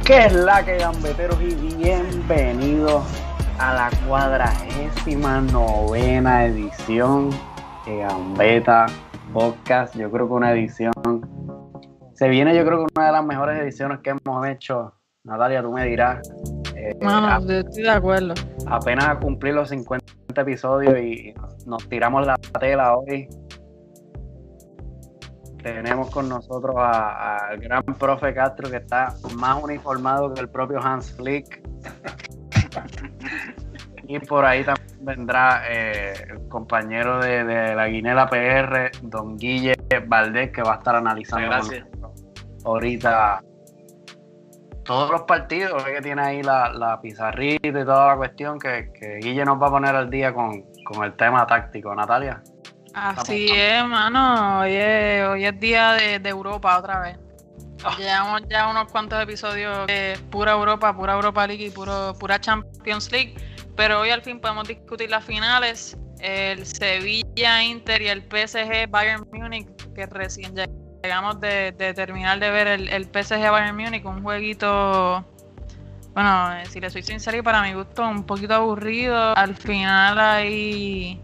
¿Qué es la que, gambeteros? Y bienvenidos a la 49ª edición de Gambeta Podcast. Yo creo que una edición se viene, yo creo que una de las mejores ediciones que hemos hecho. Natalia, tú me dirás. Yo estoy de acuerdo. Apenas a cumplir los 50 episodios y nos tiramos la tela hoy. Tenemos con nosotros al gran profe Castro, que está más uniformado que el propio Hans Flick. Y por ahí también vendrá el compañero de la Guinela PR, don Guille Valdés, que va a estar analizando ahorita todos los partidos. Ve que tiene ahí la pizarrita y toda la cuestión, que Guille nos va a poner al día con el tema táctico. Natalia. Así es, mano. Hoy es día de Europa otra vez. Llevamos ya unos cuantos episodios de pura Europa League y pura Champions League. Pero hoy al fin podemos discutir las finales. El Sevilla, Inter y el PSG Bayern Múnich, que recién llegamos de terminar de ver el PSG Bayern Múnich, un jueguito, bueno, si le soy sincero y para mi gusto, un poquito aburrido. Al final ahí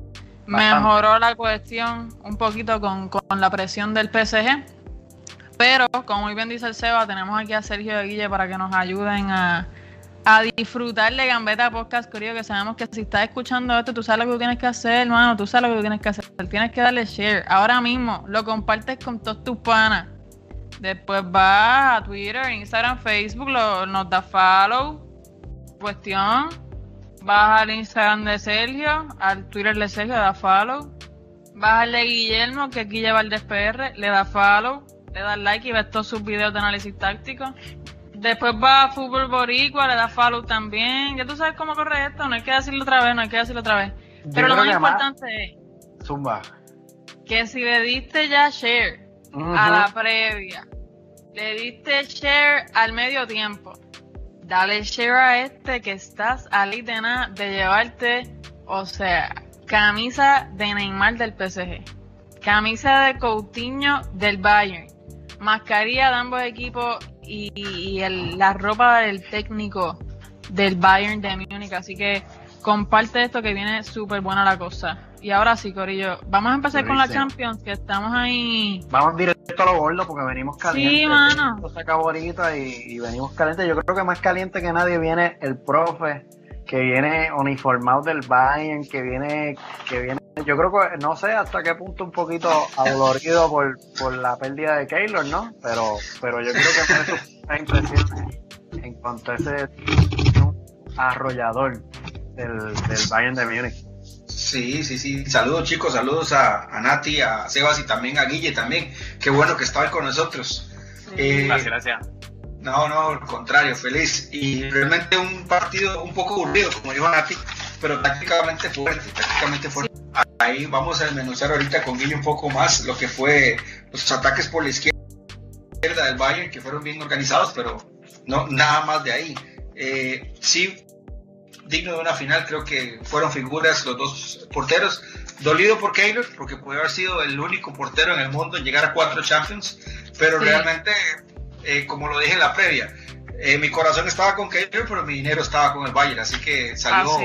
mejoró la cuestión un poquito con la presión del PSG, pero como muy bien dice el Seba, tenemos aquí a Sergio y a Guille para que nos ayuden a disfrutar de Gambeta Podcast, querido, que sabemos que si estás escuchando esto, tú sabes lo que tú tienes que hacer, hermano, tú sabes lo que tú tienes que hacer, tienes que darle share, ahora mismo, lo compartes con todos tus panas, después vas a Twitter, Instagram, Facebook, nos da follow, cuestión. Vas al Instagram de Sergio, al Twitter de Sergio, le da follow. Vas al de Guillermo, que es Guille Valdés PR, le da follow, le da like y ves todos sus videos de análisis táctico. Después vas a Fútbol Boricua, le da follow también. Ya tú sabes cómo corre esto, no hay que decirlo otra vez, Pero lo más importante es Zumba, que si le diste ya share a la previa, le diste share al medio tiempo, dale share a este que estás a nada de llevarte, o sea, camisa de Neymar del PSG, camisa de Coutinho del Bayern, mascarilla de ambos equipos y la ropa del técnico del Bayern de Múnich. Así que comparte esto que viene súper buena la cosa. Y ahora sí, corillo, vamos a empezar con la Champions, que estamos ahí. Vamos directo a lo gordo porque venimos calientes. Sí, mano. Esto se acabó ahorita y venimos calientes. Yo creo que más caliente que nadie viene el profe, que viene uniformado del Bayern, que viene, yo creo que no sé hasta qué punto un poquito adolorido por la pérdida de Keylor, ¿no? Pero yo creo que fue su impresión en cuanto a ese arrollador del Bayern de Múnich. Sí. Saludos, chicos, saludos a Nati, a Sebas y también a Guille también. Qué bueno que estaba con nosotros. Gracias. No, al contrario, feliz. Y realmente un partido un poco aburrido, como dijo Nati, pero tácticamente fuerte. Ahí vamos a desmenuzar ahorita con Guille un poco más lo que fue los ataques por la izquierda del Bayern, que fueron bien organizados, pero no nada más de ahí. Sí, digno de una final, creo que fueron figuras los dos porteros. Dolido por Keylor, porque puede haber sido el único portero en el mundo en llegar a 4 Champions, pero realmente, como lo dije en la previa, mi corazón estaba con Keylor, pero mi dinero estaba con el Bayern, así que salió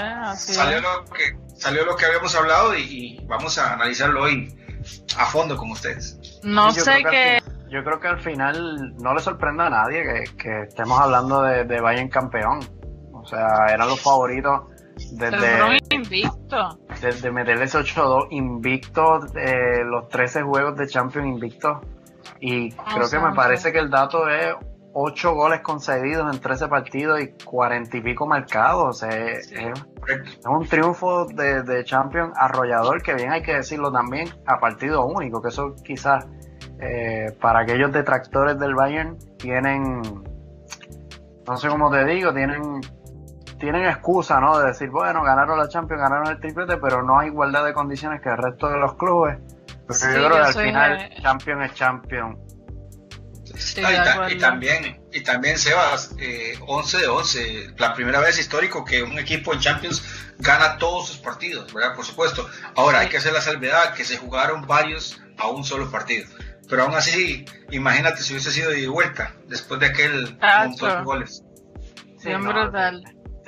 lo que habíamos hablado y vamos a analizarlo hoy a fondo con ustedes. Yo creo que al final no le sorprende a nadie que estemos hablando de Bayern campeón. O sea, eran los favoritos desde meterle ese 8-2 invicto, los 13 juegos de Champions invictos. Y creo que me parece que el dato es 8 goles concedidos en 13 partidos y 40 y pico marcados. O sea, es un triunfo de Champions arrollador, que bien hay que decirlo también, a partido único, que eso quizás para aquellos detractores del Bayern tienen, no sé cómo te digo, tienen excusa, ¿no? De decir, bueno, ganaron la Champions, ganaron el triplete, pero no hay igualdad de condiciones que el resto de los clubes. Pero yo creo que al final Champions es Champions. Sí, y también Sebas, 11 de 11, la primera vez histórico que un equipo en Champions gana todos sus partidos, ¿verdad? Por supuesto. Ahora hay que hacer la salvedad que se jugaron varios a un solo partido. pero aún así, imagínate si hubiese sido de vuelta, después de aquel montón de goles. Sí, brutal. Sí,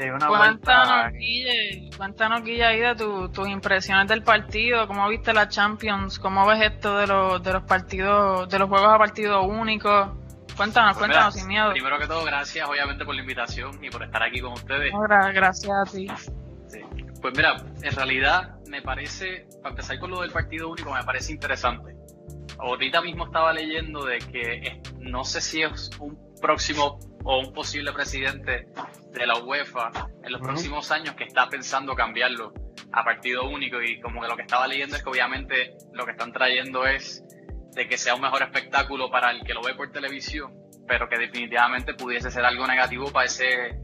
cuéntanos, Guille, ahí de tus impresiones del partido, cómo viste la Champions, cómo ves esto de los partidos, de los juegos a partido único. Cuéntanos, sin miedo. Primero que todo, gracias obviamente por la invitación y por estar aquí con ustedes. Gracias a ti. Sí. Pues mira, en realidad me parece, para empezar con lo del partido único, me parece interesante. Ahorita mismo estaba leyendo de que no sé si es un próximo o un posible presidente de la UEFA en los próximos años que está pensando cambiarlo a partido único, y como que lo que estaba leyendo es que obviamente lo que están trayendo es de que sea un mejor espectáculo para el que lo ve por televisión, pero que definitivamente pudiese ser algo negativo para ese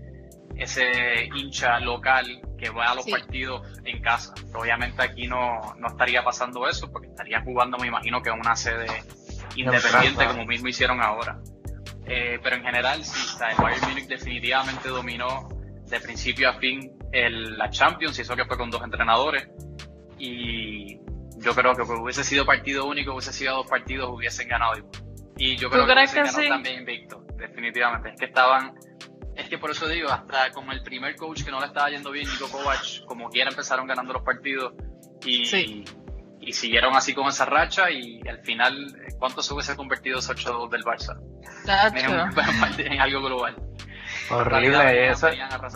hincha local que va a los partidos en casa. Obviamente aquí no estaría pasando eso, porque estarían jugando, me imagino, que en una sede independiente como mismo hicieron ahora. Pero en general sí, o sea, el Bayern Múnich definitivamente dominó de principio a fin la Champions, y eso que fue con 2 entrenadores, y yo creo que hubiese sido partido único, hubiese sido 2 partidos, hubiesen ganado igual. Y yo creo que hubiesen ganado también invicto, definitivamente. Es que por eso digo, hasta con el primer coach que no le estaba yendo bien, Niko Kovac, como quiera empezaron ganando los partidos y siguieron así con esa racha, y al final, ¿cuánto se hubiese convertido ese 8-2 del Barça? En algo global. Horrible. Eso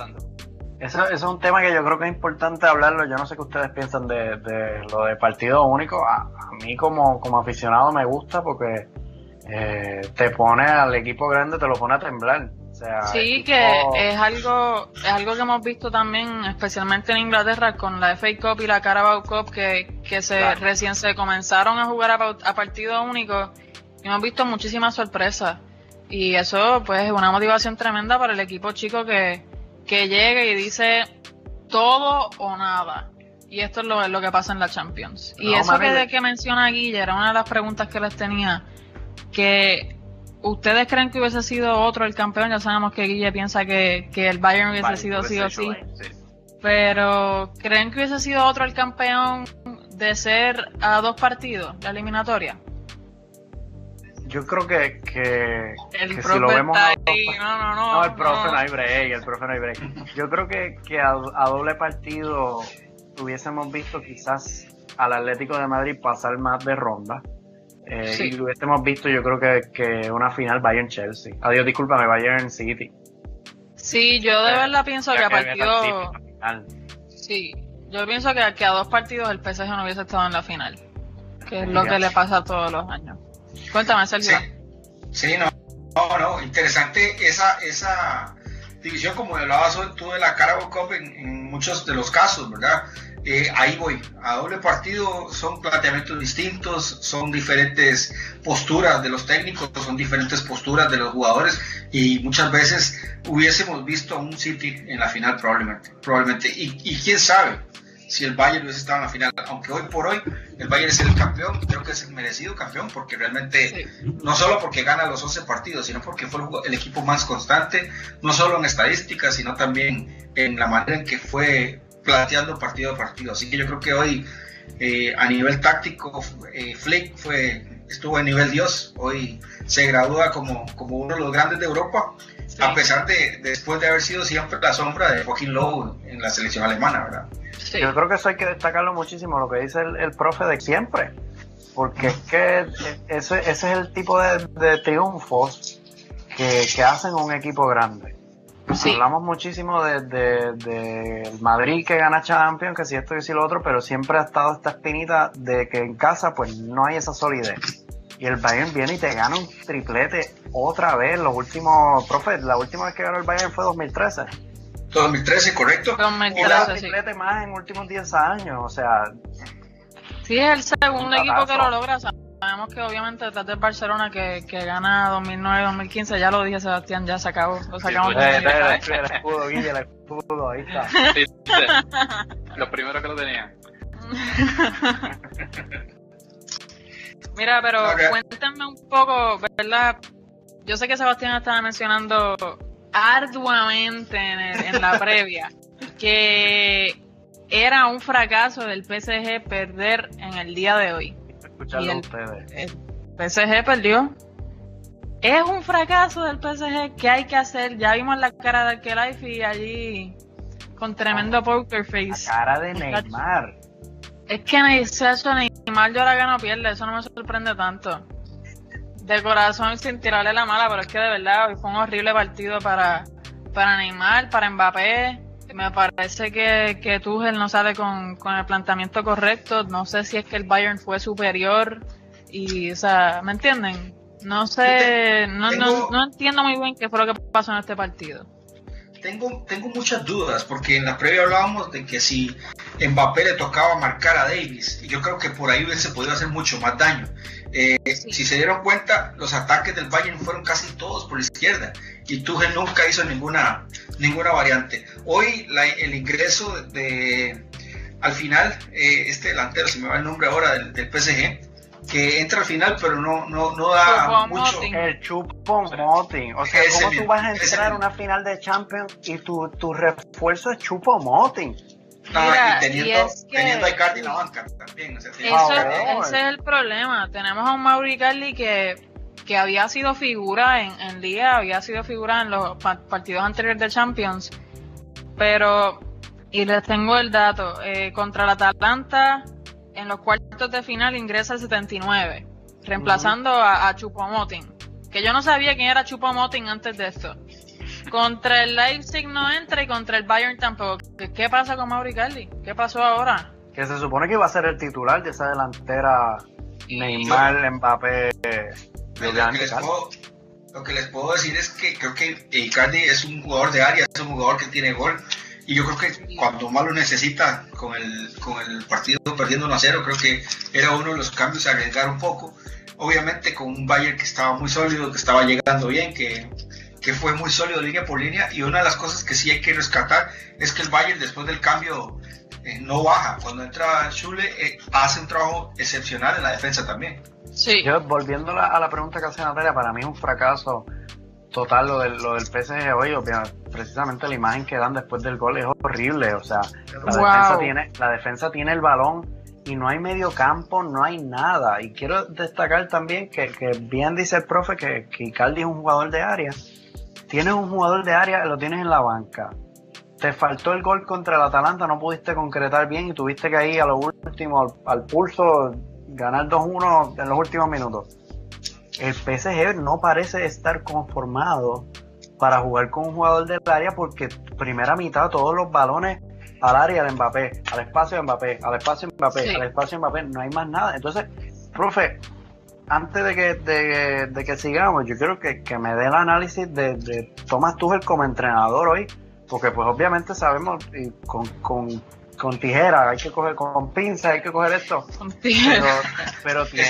es un tema que yo creo que es importante hablarlo. Yo no sé qué ustedes piensan de lo de partido único. A mí como aficionado me gusta, porque te pone al equipo grande, te lo pone a temblar. O sea, sí, que es algo que hemos visto también, especialmente en Inglaterra, con la FA Cup y la Carabao Cup, que recién se comenzaron a jugar a partido único, y hemos visto muchísimas sorpresas, y eso pues es una motivación tremenda para el equipo chico que llegue y dice todo o nada, y esto es lo que pasa en la Champions. Y eso que menciona Guille era una de las preguntas que les tenía, que ¿ustedes creen que hubiese sido otro el campeón? Ya sabemos que Guille piensa que el Bayern hubiese sido sí o sí. Pero ¿creen que hubiese sido otro el campeón de ser a 2 partidos la eliminatoria? Yo creo que el si lo vemos no, el profe no hay break. Yo creo que a doble partido hubiésemos visto quizás al Atlético de Madrid pasar más de ronda. Y lo hubiésemos visto, yo creo que una final Bayern-Chelsea. Discúlpame, Bayern-City. Sí, yo de verdad pienso que a partido... Sí, yo pienso que a 2 partidos el PSG no hubiese estado en la final, que es lo que le pasa todos los años. Cuéntame, Sergio. Sí, no, interesante esa división, como hablabas tú de la Carabao Cup en muchos de los casos, ¿verdad? Ahí voy, a doble partido son planteamientos distintos, son diferentes posturas de los técnicos, son diferentes posturas de los jugadores, y muchas veces hubiésemos visto a un City en la final probablemente, y quién sabe si el Bayern hubiese estado en la final, aunque hoy por hoy el Bayern es el campeón, creo que es el merecido campeón, porque realmente no solo porque gana los 11 partidos, sino porque fue el equipo más constante, no solo en estadísticas, sino también en la manera en que fue planteando partido a partido. Así que yo creo que hoy a nivel táctico Flick estuvo a nivel Dios. Hoy se gradúa como uno de los grandes de Europa, a pesar de después de haber sido siempre la sombra de Joachim Löw en la selección alemana, ¿verdad? Sí. Yo creo que eso hay que destacarlo muchísimo, lo que dice el profe de siempre, porque es que ese es el tipo de triunfos que hacen un equipo grande. Sí. Hablamos muchísimo de Madrid que gana Champions, que si esto y si lo otro, pero siempre ha estado esta espinita de que en casa pues no hay esa solidez. Y el Bayern viene y te gana un triplete otra vez. La última vez que ganó el Bayern fue 2013. 2013, correcto. 2013, un triplete más en últimos 10 años, o sea... Sí, es el segundo equipo que lo logra. Sabemos que obviamente detrás del Barcelona que gana 2009-2015, ya lo dije, Sebastián, ya se acabó. Lo sacamos el escudo, Guille, el escudo, ahí está. Sí. Los primeros que lo tenían. Mira, pero cuéntame un poco, ¿verdad? Yo sé que Sebastián estaba mencionando arduamente en la previa que era un fracaso del PSG perder en el día de hoy. Escucharlo ustedes. PSG perdió. Es un fracaso del PSG. ¿Qué hay que hacer? Ya vimos la cara de Al-Khelaifi allí con tremendo poker face. La cara de Neymar. Es que Neymar llora que no pierde. Eso no me sorprende tanto. De corazón y sin tirarle la mala, pero es que de verdad hoy fue un horrible partido para Neymar, para Mbappé. Me parece que Tuchel no sale con el planteamiento correcto. No sé si es que el Bayern fue superior y, o sea, ¿me entienden? No sé, no entiendo muy bien qué fue lo que pasó en este partido. Tengo muchas dudas, porque en la previa hablábamos de que si Mbappé le tocaba marcar a Davis, y yo creo que por ahí hubiese podido hacer mucho más daño. Sí. Si se dieron cuenta, los ataques del Bayern fueron casi todos por la izquierda, y Tuchel nunca hizo ninguna variante. Hoy el ingreso al final, este delantero, se me va el nombre ahora, del PSG, que entra al final, pero no da mucho. El Choupo-Moting. O sea, ¿cómo tú vas a entrar a una final de Champions y tu refuerzo es Choupo-Moting? Mira, y teniendo a Icardi en la banca también. O sea, ese es el problema. Tenemos a un Mauro Icardi que había sido figura en Liga, había sido figura en los partidos anteriores de Champions, pero, y les tengo el dato, contra el Atalanta en los cuartos de final ingresa el 79, reemplazando a Choupo-Moting, que yo no sabía quién era Choupo-Moting antes de esto. Contra el Leipzig no entra y contra el Bayern tampoco. ¿Qué pasa con Mauro Icardi? ¿Qué pasó ahora? Que se supone que iba a ser el titular de esa delantera Neymar, Mbappé. Lo que les puedo decir es que creo que Icardi es un jugador de área, es un jugador que tiene gol, y yo creo que cuando más lo necesita, con el partido perdiendo 1-0, creo que era uno de los cambios a arriesgar un poco. Obviamente con un Bayern que estaba muy sólido, que estaba llegando bien, que fue muy sólido línea por línea, y una de las cosas que sí hay que rescatar es que el Bayern después del cambio no baja. Cuando entra Schüle hace un trabajo excepcional en la defensa también. Sí. Yo, volviendo a la pregunta que hace Natalia, para mí es un fracaso total lo del PSG hoy. Precisamente la imagen que dan después del gol es horrible. O sea, la defensa tiene el balón y no hay medio campo, no hay nada. Y quiero destacar también que bien dice el profe que Icardi es un jugador de área. Tienes un jugador de área, lo tienes en la banca. Te faltó el gol contra el Atalanta, no pudiste concretar bien y tuviste que ir a lo último, al pulso, ganar 2-1 en los últimos minutos. El PSG no parece estar conformado para jugar con un jugador del área, porque primera mitad todos los balones al área de Mbappé, al espacio de Mbappé, al espacio de Mbappé, sí. Al espacio de Mbappé, no hay más nada. Entonces, profe, antes de que sigamos, yo quiero que me dé el análisis de Thomas Tuchel como entrenador hoy, porque pues obviamente sabemos, y con tijera hay que coger, con pinza hay que coger esto, pero tiene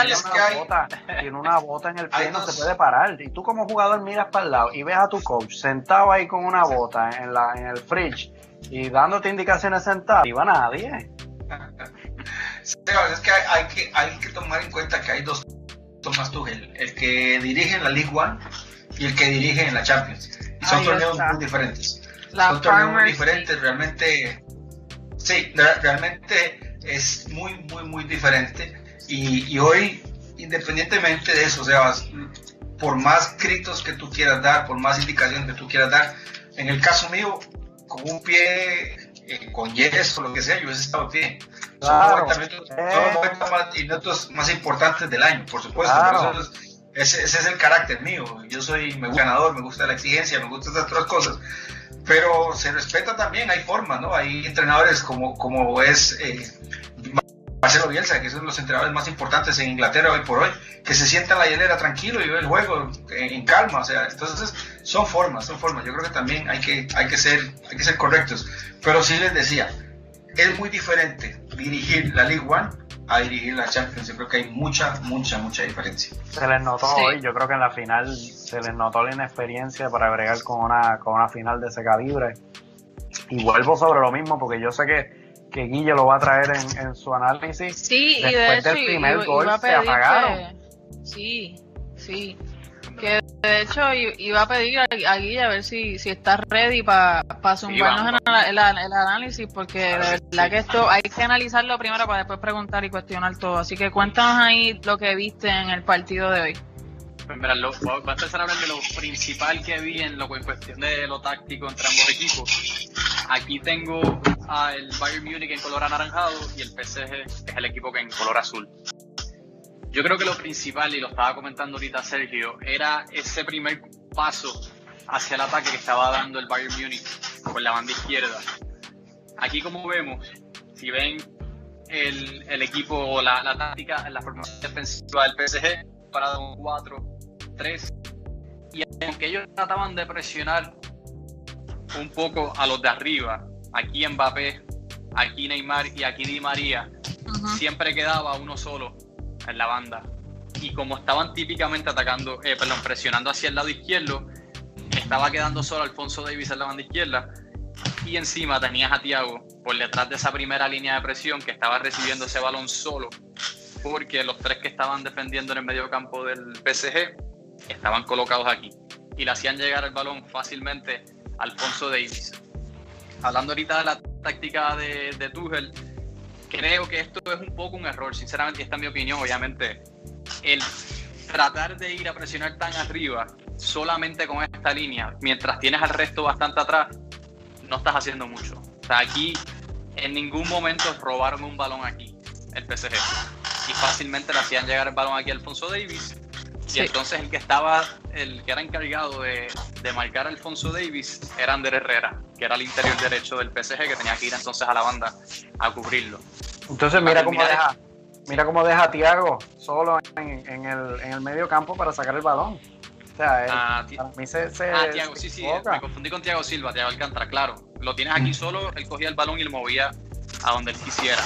una bota en el pie, no se puede parar, y tú como jugador miras para el lado y ves a tu coach sentado ahí con una bota en el fridge y dándote indicaciones sentado, y va nadie. Es que hay que tomar en cuenta que hay dos Thomas Tuchel, el que dirige en la League One y el que dirige en la Champions, y son torneos muy diferentes. Son torneos muy diferentes, realmente. Sí, realmente es muy, muy, muy diferente. Y hoy, independientemente de eso, o sea, por más gritos que tú quieras dar, por más indicaciones que tú quieras dar, en el caso mío, con un pie, con yeso o lo que sea, yo hubiese estado bien. Claro, son los minutos más importantes del año, por supuesto. Claro. Pero ese es el carácter mío. Yo me gusta ganador, me gusta la exigencia, me gustan estas otras cosas. Pero se respeta también, hay formas, ¿no? Hay entrenadores como es Marcelo Bielsa, que son los entrenadores más importantes en Inglaterra hoy por hoy, que se sienta en la hielera tranquilo y ve el juego en calma. O sea, entonces son formas. Yo creo que también hay que ser correctos. Pero sí les decía, es muy diferente dirigir la League One a dirigir la Champions. Yo creo que hay mucha diferencia. Se les notó hoy, yo creo que en la final se les notó la inexperiencia para bregar con una final de ese calibre. Y vuelvo sobre lo mismo, porque yo sé que Guille lo va a traer en su análisis. Sí, después y de hecho del primer gol iba a se apagaron. sí, que De hecho, iba a pedir a Guille a ver si está ready para zumbarnos el análisis, porque de verdad que esto hay que analizarlo primero para después preguntar y cuestionar todo. Así que cuéntanos ahí lo que viste en el partido de hoy. Pues mira, voy a empezar a hablar de lo principal que vi en cuestión de lo táctico entre ambos equipos. Aquí tengo al Bayern Múnich en color anaranjado y el PSG es el equipo que en color azul. Yo creo que lo principal, y lo estaba comentando ahorita Sergio, era ese primer paso hacia el ataque que estaba dando el Bayern Múnich por la banda izquierda. Aquí, como vemos, si ven el equipo, la táctica, la formación defensiva del PSG, parado en 4-3, y aunque ellos trataban de presionar un poco a los de arriba, aquí Mbappé, aquí Neymar y aquí Di María, siempre quedaba uno solo en la banda, y como estaban típicamente presionando hacia el lado izquierdo, estaba quedando solo Alphonso Davies en la banda izquierda, y encima tenías a Thiago por detrás de esa primera línea de presión que estaba recibiendo ese balón solo, porque los tres que estaban defendiendo en el medio campo del PSG estaban colocados aquí y le hacían llegar el balón fácilmente a Alphonso Davies. Hablando ahorita de la táctica de Tuchel, creo que esto es un poco un error, sinceramente, y esta es mi opinión, obviamente. El tratar de ir a presionar tan arriba solamente con esta línea, mientras tienes al resto bastante atrás, no estás haciendo mucho. O sea, aquí en ningún momento robaron un balón aquí, el PSG. Y fácilmente le hacían llegar el balón aquí a Alphonso Davies. Sí. Y entonces el que era encargado de marcar a Alphonso Davies era Ander Herrera, que era el interior derecho del PSG, que tenía que ir entonces a la banda a cubrirlo. Entonces mira cómo deja a Thiago solo en el medio campo para sacar el balón. O sea, para mí Thiago, sí, me confundí con Thiago Silva, Thiago Alcántara, claro. Lo tienes aquí solo, él cogía el balón y lo movía a donde él quisiera.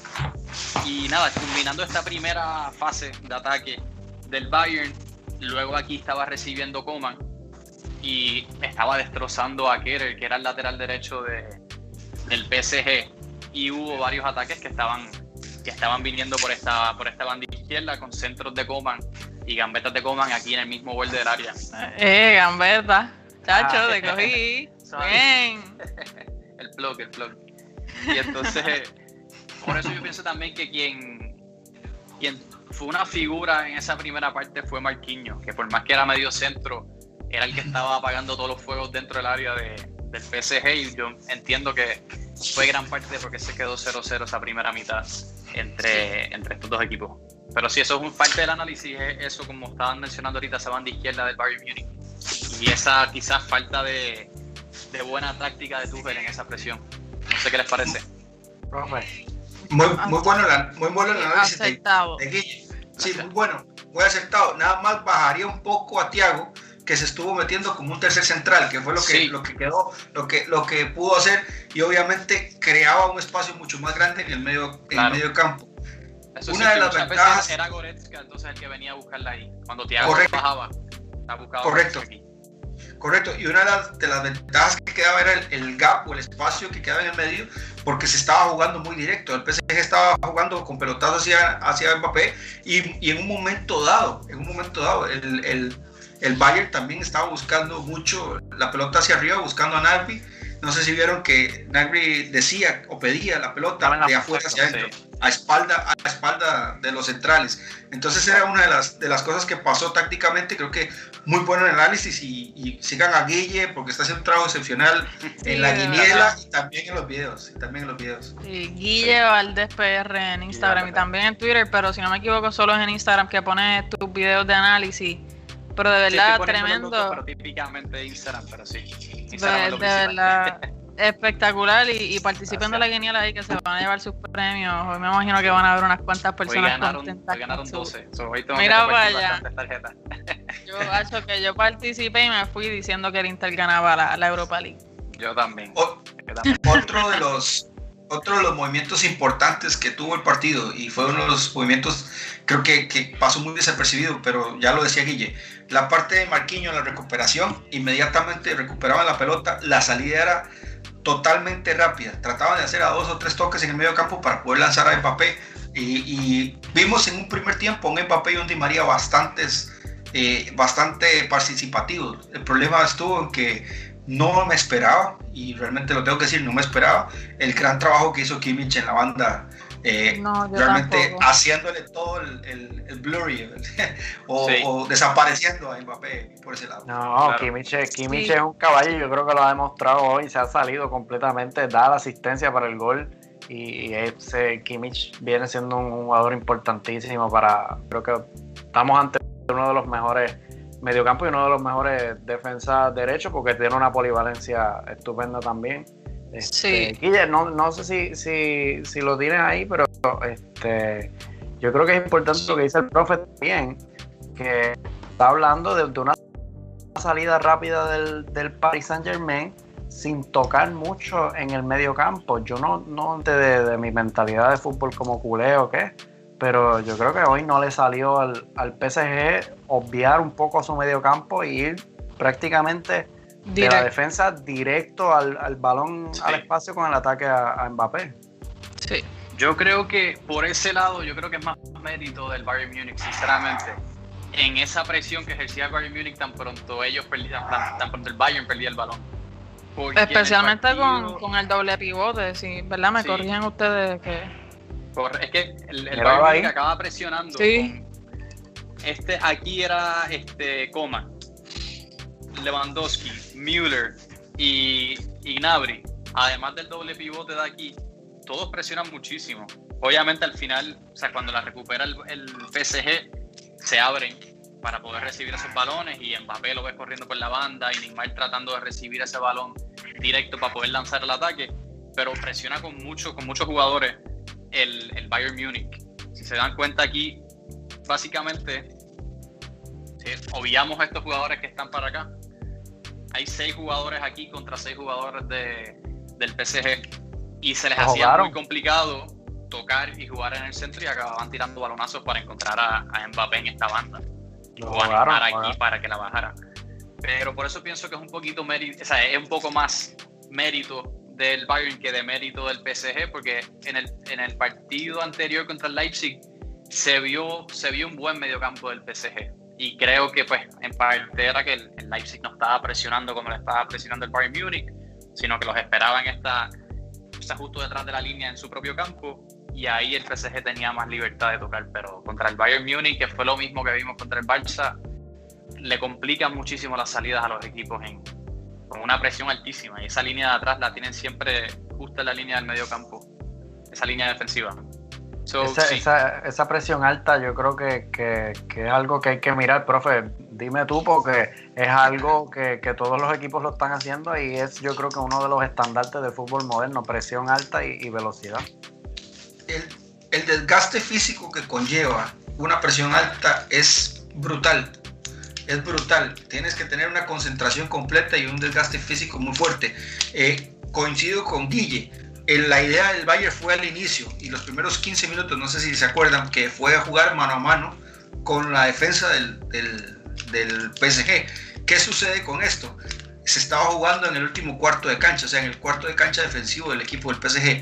Y nada, culminando esta primera fase de ataque del Bayern, luego aquí estaba recibiendo Coman y estaba destrozando a Kehrer, que era el lateral derecho del PSG, y hubo varios ataques que estaban viniendo por esta banda izquierda con centros de Coman y gambetas de Coman aquí en el mismo borde del área. Gambeta, chacho, te cogí. Bien. El plug. Y entonces, por eso yo pienso también que quien fue una figura en esa primera parte fue Marquinhos, que por más que era medio centro, era el que estaba apagando todos los fuegos dentro del área del PSG, y yo entiendo que fue gran parte de por qué se quedó 0-0 esa primera mitad entre estos dos equipos. Pero sí, eso es parte del análisis, eso como estaban mencionando ahorita, esa banda izquierda del Bayern Múnich, y esa quizás falta de buena táctica de Tuchel en esa presión. No sé qué les parece. Muy bueno el análisis de Guille. Sí, muy bueno, muy acertado. Nada más bajaría un poco a Thiago, que se estuvo metiendo como un tercer central, que fue lo que quedó, lo que pudo hacer, y obviamente creaba un espacio mucho más grande en el medio campo. Eso una de las ventajas era Goretzka, entonces el que venía a buscarla ahí. Cuando Thiago bajaba, la buscaba. Correcto, y una de las ventajas que quedaba era el gap o el espacio que quedaba en el medio, porque se estaba jugando muy directo. El PSG estaba jugando con pelotazos hacia Mbappé, y en un momento dado, el Bayern también estaba buscando mucho la pelota hacia arriba, buscando a Gnabry. No sé si vieron que Gnabry decía o pedía la pelota de afuera hacia adentro, a espalda de los centrales. Entonces era una de las cosas que pasó tácticamente. Creo que muy bueno el análisis, y sigan a Guille porque está haciendo un trabajo excepcional en la guiniela y también en los videos. Sí, Guille Valdés PR en Instagram y también en Twitter, pero si no me equivoco solo es en Instagram que pone tus videos de análisis. Pero de verdad, tremendo. Pero típicamente Instagram, pero sí. De verdad, espectacular. Y participen de la guiniela ahí, que se van a llevar sus premios. Hoy me imagino que van a haber unas cuantas personas contentas. Hoy ganaron 12. Mira para allá. Yo participé y me fui diciendo que el Inter ganaba la Europa League. Yo también. Otro de los movimientos importantes que tuvo el partido, y fue uno de los movimientos, creo que pasó muy desapercibido, pero ya lo decía Guille, la parte de Marquinhos, la recuperación, inmediatamente recuperaban la pelota, la salida era totalmente rápida, trataban de hacer a 2 o 3 toques en el medio campo para poder lanzar a Mbappé, y vimos en un primer tiempo un Mbappé y un Di María bastante bastante participativos. El problema estuvo en que no me esperaba, y realmente lo tengo que decir, no me esperaba el gran trabajo que hizo Kimmich en la banda, realmente tampoco, haciéndole todo el blurry o desapareciendo a Mbappé por ese lado. No, claro. Kimmich es un caballo, yo creo que lo ha demostrado hoy, se ha salido completamente, da la asistencia para el gol, y Kimmich viene siendo un jugador importantísimo creo que estamos ante uno de los mejores mediocampo y uno de los mejores defensas derechos, porque tiene una polivalencia estupenda también. Guille, no sé si lo tienes ahí, pero yo creo que es importante lo que dice el profe también, que está hablando de una salida rápida del Paris Saint-Germain sin tocar mucho en el mediocampo. Yo no de mi mentalidad de fútbol como culé o qué, pero yo creo que hoy no le salió al PSG obviar un poco su mediocampo y ir prácticamente de la defensa directo al balón, al espacio con el ataque a Mbappé. Sí, yo creo que por ese lado, yo creo que es más mérito del Bayern Múnich, sinceramente, en esa presión que ejercía el Bayern Múnich tan pronto el Bayern perdía el balón. Porque especialmente con el doble pivote, sí, ¿verdad? Me corrigen ustedes que... Es que el Bayern Múnich acaba presionando. Sí. Aquí era Coman, Lewandowski, Müller y Gnabry. Además del doble pivote de aquí, todos presionan muchísimo. Obviamente al final, o sea, cuando la recupera el PSG, se abren para poder recibir esos balones, y Mbappé lo ves corriendo por la banda y Neymar tratando de recibir ese balón directo para poder lanzar el ataque, pero presiona con muchos jugadores el Bayern Múnich. Si se dan cuenta aquí, básicamente, si obviamos a estos jugadores que están para acá, hay 6 jugadores aquí contra 6 jugadores del PSG, y se les hacía muy complicado tocar y jugar en el centro, y acababan tirando balonazos para encontrar a Mbappé en esta banda o animar aquí para que la bajara. Pero por eso pienso que es un poquito mérito, o sea, es un poco más mérito del Bayern que de mérito del PSG, porque en el partido anterior contra el Leipzig se vio un buen mediocampo del PSG, y creo que pues en parte era que el Leipzig no estaba presionando como le estaba presionando el Bayern Múnich, sino que los esperaban justo detrás de la línea en su propio campo, y ahí el PSG tenía más libertad de tocar. Pero contra el Bayern Múnich, que fue lo mismo que vimos contra el Barça, le complican muchísimo las salidas a los equipos con una presión altísima, y esa línea de atrás la tienen siempre justo en la línea del medio campo, esa línea defensiva. Esa presión alta yo creo que es algo que hay que mirar, profe, dime tú, porque es algo que todos los equipos lo están haciendo, y es yo creo que uno de los estandartes del fútbol moderno, presión alta y velocidad. El desgaste físico que conlleva una presión alta es brutal. Es brutal, tienes que tener una concentración completa y un desgaste físico muy fuerte. Coincido con Guille, la idea del Bayern fue al inicio, y los primeros 15 minutos, no sé si se acuerdan, que fue a jugar mano a mano con la defensa del PSG. ¿Qué sucede con esto? Se estaba jugando en el último cuarto de cancha, o sea, en el cuarto de cancha defensivo del equipo del PSG.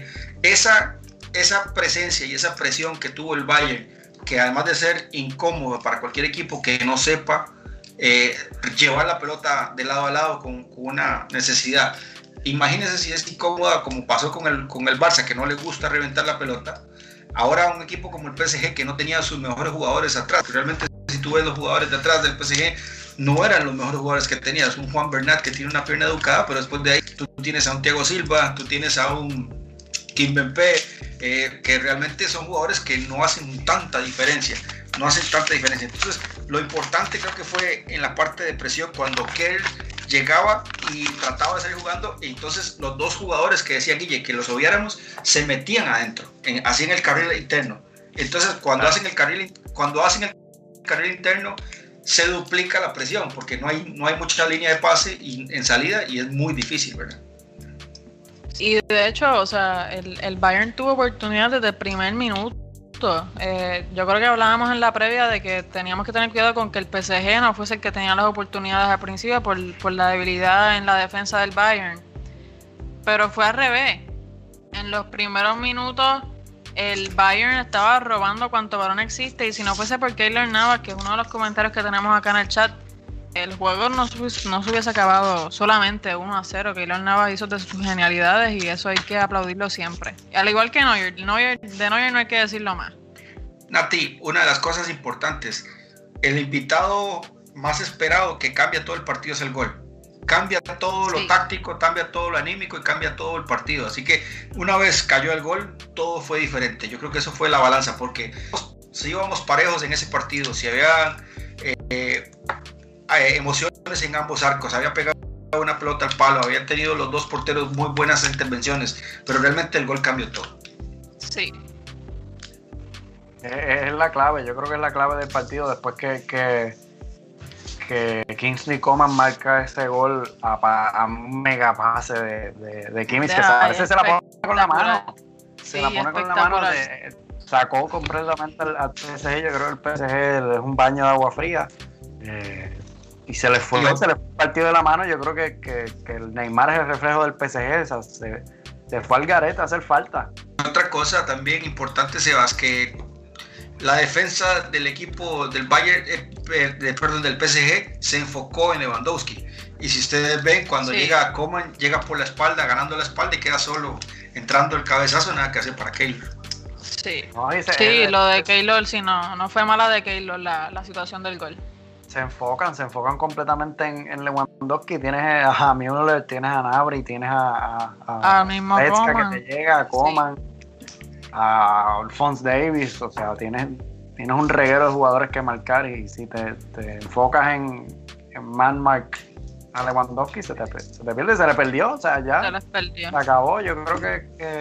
Esa presencia y esa presión que tuvo el Bayern, que además de ser incómodo para cualquier equipo que no sepa llevar la pelota de lado a lado con una necesidad, imagínense si es incómoda como pasó con el Barça, que no le gusta reventar la pelota. Ahora un equipo como el PSG, que no tenía sus mejores jugadores atrás, realmente si tú ves los jugadores de atrás del PSG, no eran los mejores jugadores que tenías. Un Juan Bernat que tiene una pierna educada, pero después de ahí tú tienes a un Thiago Silva, tú tienes a un Kimpembe, que realmente son jugadores que no hacen tanta diferencia. Entonces, lo importante creo que fue en la parte de presión, cuando Kerr llegaba y trataba de salir jugando, y entonces los dos jugadores que decía Guille que los obviáramos se metían adentro, así en el carril interno. Entonces, cuando hacen el carril interno, se duplica la presión, porque no hay mucha línea de pase en salida, y es muy difícil, ¿verdad? Y de hecho, o sea, el Bayern tuvo oportunidades desde el primer minuto. Yo creo que hablábamos en la previa de que teníamos que tener cuidado con que el PSG no fuese el que tenía las oportunidades al principio por la debilidad en la defensa del Bayern. Pero fue al revés. En los primeros minutos el Bayern estaba robando cuanto balón existe, y si no fuese por Keylor Navas, que es uno de los comentarios que tenemos acá en el chat, el juego no se hubiese acabado solamente 1-0. Keylor Navas hizo de sus genialidades y eso hay que aplaudirlo siempre. Al igual que Neuer, de Neuer no hay que decirlo más. Nati, una de las cosas importantes, el invitado más esperado que cambia todo el partido es el gol. Cambia todo lo táctico, cambia todo lo anímico y cambia todo el partido. Así que una vez cayó el gol, todo fue diferente. Yo creo que eso fue la balanza, porque si íbamos parejos en ese partido, si había emociones en ambos arcos, había pegado una pelota al palo, habían tenido los dos porteros muy buenas intervenciones, pero realmente el gol cambió todo. Sí. Es la clave, yo creo que es la clave del partido después que Kingsley Coman marca ese gol a un mega pase de Kimmich, que se la pone con la mano. Se la pone con la mano, sacó completamente al PSG. Yo creo que el PSG es un baño de agua fría. Y se le fue el partido de la mano. Yo creo que el Neymar es el reflejo del PSG. O sea, se fue al garete a hacer falta. Otra cosa también importante, Sebas, que la defensa del equipo del Bayern, del PSG, se enfocó en Lewandowski. Y si ustedes ven, cuando llega Coman, llega por la espalda, ganando la espalda y queda solo, entrando el cabezazo, nada que hacer para Keylor. Sí, lo de Keylor, sí, no fue mala de Keylor la situación del gol. Se enfocan completamente en Lewandowski. Tienes a Müller, tienes a Gnabry, tienes a mismo Goretzka Coman, que te llega, a Coman, a Alphonse Davies. O sea, tienes un reguero de jugadores que marcar, y si te enfocas en man mark a Lewandowski, se te pierde, se le perdió. O sea, ya se acabó. Yo creo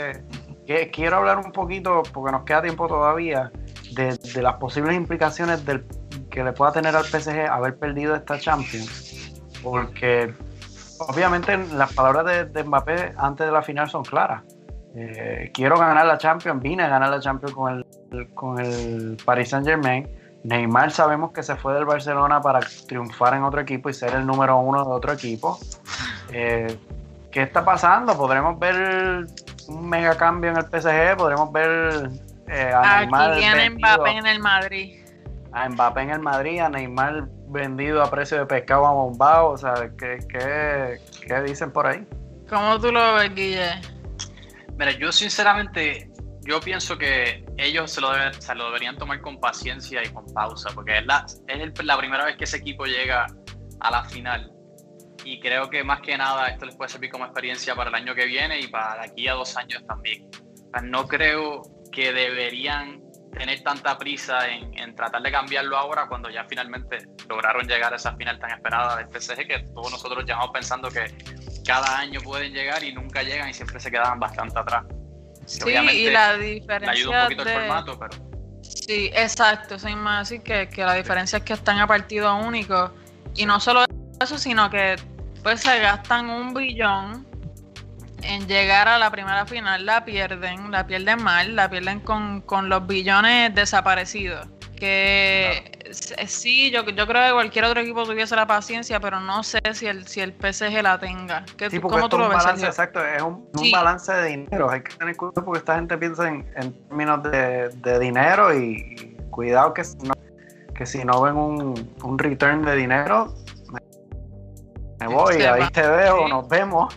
que quiero hablar un poquito, porque nos queda tiempo todavía, de las posibles implicaciones que le pueda tener al PSG haber perdido esta Champions, porque obviamente las palabras de Mbappé antes de la final son claras. Quiero ganar la Champions, vine a ganar la Champions con el Paris Saint-Germain. Neymar sabemos que se fue del Barcelona para triunfar en otro equipo y ser el número 1 de otro equipo. ¿Qué está pasando? ¿Podremos ver un mega cambio en el PSG? ¿Podremos ver a Neymar aquí tiene Mbappé en el Madrid? A Mbappé en el Madrid, a Neymar vendido a precio de pescado a Bombao. O sea, ¿qué dicen por ahí? ¿Cómo tú lo ves, Guille? Mira, yo sinceramente, yo pienso que ellos se lo deberían tomar con paciencia y con pausa, porque es la primera vez que ese equipo llega a la final, y creo que más que nada esto les puede servir como experiencia para el año que viene y para de aquí a 2 años también. O sea, no creo que deberían tener tanta prisa en tratar de cambiarlo ahora, cuando ya finalmente lograron llegar a esa final tan esperada del PSG, que todos nosotros llevamos pensando que cada año pueden llegar y nunca llegan y siempre se quedaban bastante atrás. Sí, y la diferencia le ayuda un poquito el formato, pero... Sí, exacto, sin más decir que la diferencia es que están a partido único, y no solo eso, sino que pues se gastan $1 billón en llegar a la primera final, la pierden mal, la pierden con los billones desaparecidos. Que sí, yo creo que cualquier otro equipo tuviese la paciencia, pero no sé si el PSG la tenga. Sí, ¿cómo tú lo ves? Balance, exacto, es un balance de dinero. Hay que tener cuidado porque esta gente piensa en términos de dinero, y cuidado que si no ven un return de dinero, me voy, ahí te veo, nos vemos.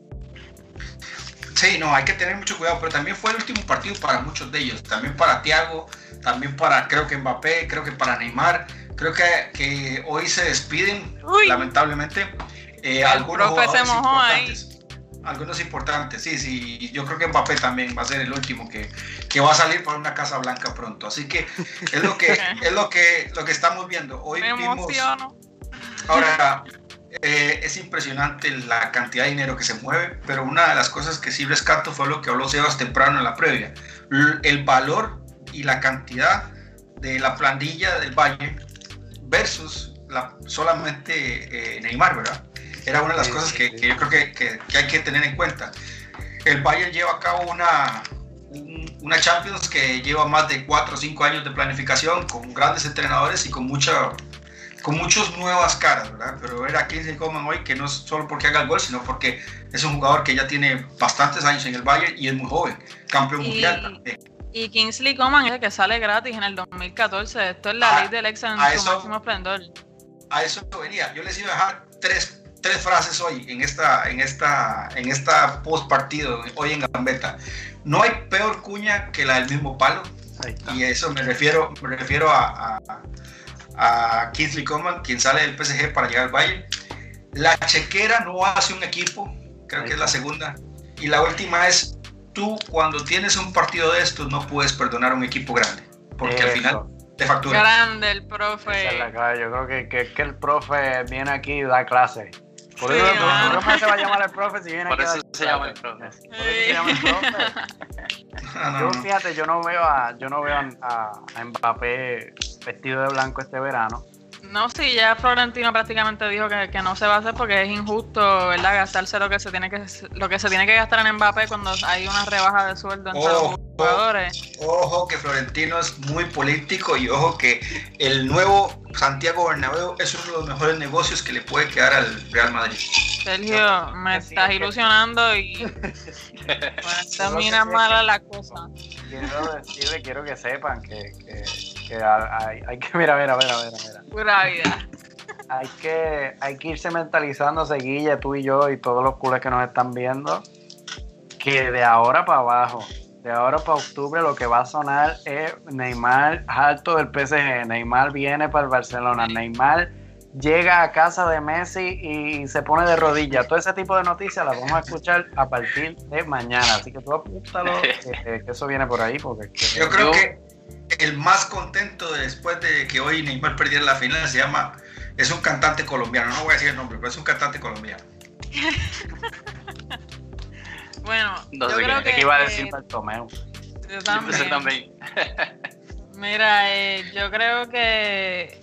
Sí, no, hay que tener mucho cuidado, pero también fue el último partido para muchos de ellos, también para Thiago, también para, creo que Mbappé, creo que para Neymar, creo que hoy se despiden, lamentablemente, algunos jugadores importantes. Algunos importantes, sí, yo creo que Mbappé también va a ser el último que va a salir para una Casa Blanca pronto, así que es lo que estamos viendo. Hoy me emociono. Ahora, es impresionante la cantidad de dinero que se mueve, pero una de las cosas que sí rescato fue lo que habló Sebas temprano en la previa, el valor y la cantidad de la plantilla del Bayern versus solamente Neymar, ¿verdad? Era una de las cosas que yo creo que hay que tener en cuenta. El Bayern lleva a cabo una Champions que lleva más de 4 o 5 años de planificación, con grandes entrenadores y con muchas nuevas caras, ¿verdad? Pero ver a Kingsley Coman hoy, que no es solo porque haga el gol, sino porque es un jugador que ya tiene bastantes años en el Bayern y es muy joven, campeón mundial también. Y Kingsley Coman es el que sale gratis en el 2014. Esto es la ley del ex en su máximo esplendor. A eso venía. Yo les iba a dejar tres frases hoy en esta post partido, hoy en Gambetta. No hay peor cuña que la del mismo palo. Y a eso me refiero a Kingsley Coman, quien sale del PSG para llegar al Bayern. La chequera no hace un equipo, creo que es la segunda. Y la última es: tú cuando tienes un partido de estos no puedes perdonar a un equipo grande, porque al final te factura. Grande el profe. Esa es la clave. Yo creo que el profe viene aquí y da clase. Por eso no se va a llamar el profe si viene por aquí. Eso se llama el profe. Por eso se llama el profe. Yo, fíjate, yo no veo a Mbappé vestido de blanco este verano. No, sí, ya Florentino prácticamente dijo que no se va a hacer porque es injusto, ¿verdad? Gastarse lo que se tiene que gastar en Mbappé cuando hay una rebaja de sueldo entre los jugadores. Ojo que Florentino es muy político y ojo que el nuevo Santiago Bernabéu es uno de los mejores negocios que le puede quedar al Real Madrid. Sergio, me estás ilusionando y termina mala la cosa. Quiero que sepan que hay que mira. Pura vida. Hay que irse mentalizándose, Guille, tú y yo y todos los culés que nos están viendo, que de ahora para abajo, de ahora para octubre, lo que va a sonar es Neymar alto del PSG, Neymar viene para el Barcelona, Neymar llega a casa de Messi y se pone de rodillas. Todo ese tipo de noticias las vamos a escuchar a partir de mañana, así que tú apúntalo, que eso viene por ahí. Porque yo creo que el más contento después de que hoy Neymar perdiera la final es un cantante colombiano, no voy a decir el nombre, pero es un cantante colombiano. Bueno, no yo creo que iba a decir Bartomeu. Yo también. Mira, yo creo que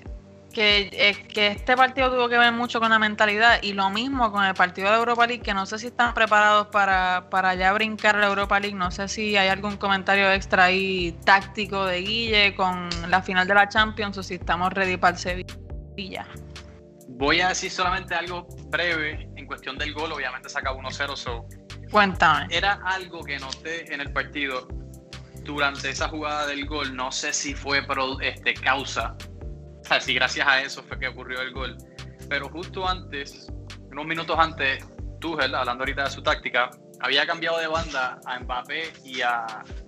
este partido tuvo que ver mucho con la mentalidad y lo mismo con el partido de Europa League, que no sé si están preparados para ya brincar la Europa League. No sé si hay algún comentario extra ahí táctico de Guille con la final de la Champions o si estamos ready para el Sevilla. Voy a decir solamente algo breve en cuestión del gol. Obviamente saca 1-0. Cuéntame. Era algo que noté en el partido durante esa jugada del gol. No sé si fue causa. O sea, si gracias a eso fue que ocurrió el gol. Pero justo antes, unos minutos antes, Tuchel, hablando ahorita de su táctica, había cambiado de banda a Mbappé y a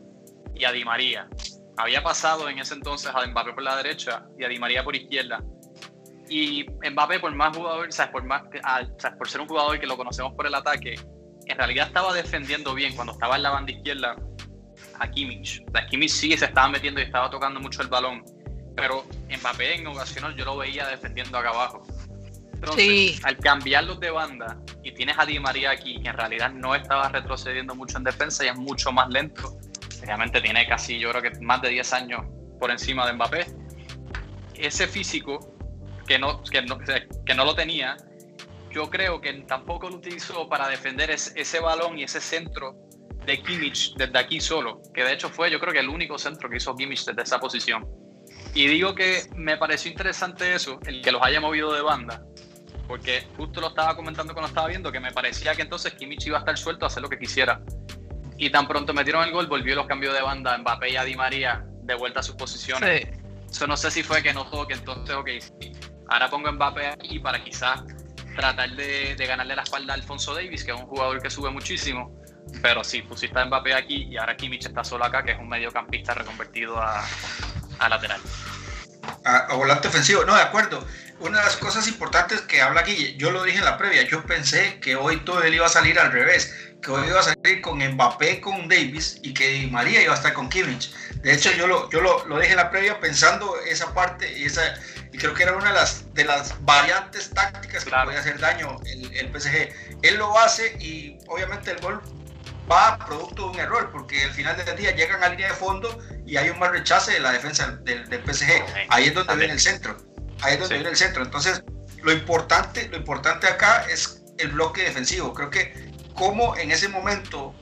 Di María. Había pasado en ese entonces a Mbappé por la derecha y a Di María por izquierda. Y Mbappé, por más jugador, por ser un jugador que lo conocemos por el ataque, en realidad estaba defendiendo bien cuando estaba en la banda izquierda a Kimmich. O sea, Kimmich sí se estaba metiendo y estaba tocando mucho el balón. Pero Mbappé en ocasiones yo lo veía defendiendo acá abajo. Entonces, sí, al cambiarlos de banda y tienes a Di María aquí, que en realidad no estaba retrocediendo mucho en defensa y es mucho más lento, realmente tiene casi, yo creo que más de 10 años por encima de Mbappé, ese físico que no lo tenía, yo creo que tampoco lo utilizó para defender ese balón y ese centro de Kimmich desde aquí solo, que de hecho fue yo creo que el único centro que hizo Kimmich desde esa posición. Y digo que me pareció interesante eso, el que los haya movido de banda, porque justo lo estaba comentando cuando estaba viendo, que me parecía que entonces Kimmich iba a estar suelto a hacer lo que quisiera. Y tan pronto metieron el gol, volvió los cambios de banda, Mbappé y a Di María de vuelta a sus posiciones. Sí. Eso no sé si fue que notó que entonces, sí, ahora pongo a Mbappé aquí para quizás tratar de ganarle la espalda a Alphonso Davies, que es un jugador que sube muchísimo. Pero sí, pusiste a Mbappé aquí y ahora Kimmich está solo acá, que es un mediocampista reconvertido a lateral. A volante ofensivo, no, de acuerdo. Una de las cosas importantes que habla aquí, yo lo dije en la previa, yo pensé que hoy todo él iba a salir al revés, que hoy iba a salir con Mbappé, con Davies y que Di María iba a estar con Kimmich. De hecho, yo lo dije en la previa pensando esa parte y creo que era una de las variantes tácticas que podía hacer daño el PSG. Él lo hace y obviamente el gol va producto de un error, porque al final del día llegan a línea de fondo y hay un mal rechace de la defensa del PSG. Ahí es donde viene el centro. Entonces, lo importante acá es el bloque defensivo. Creo que como en ese momento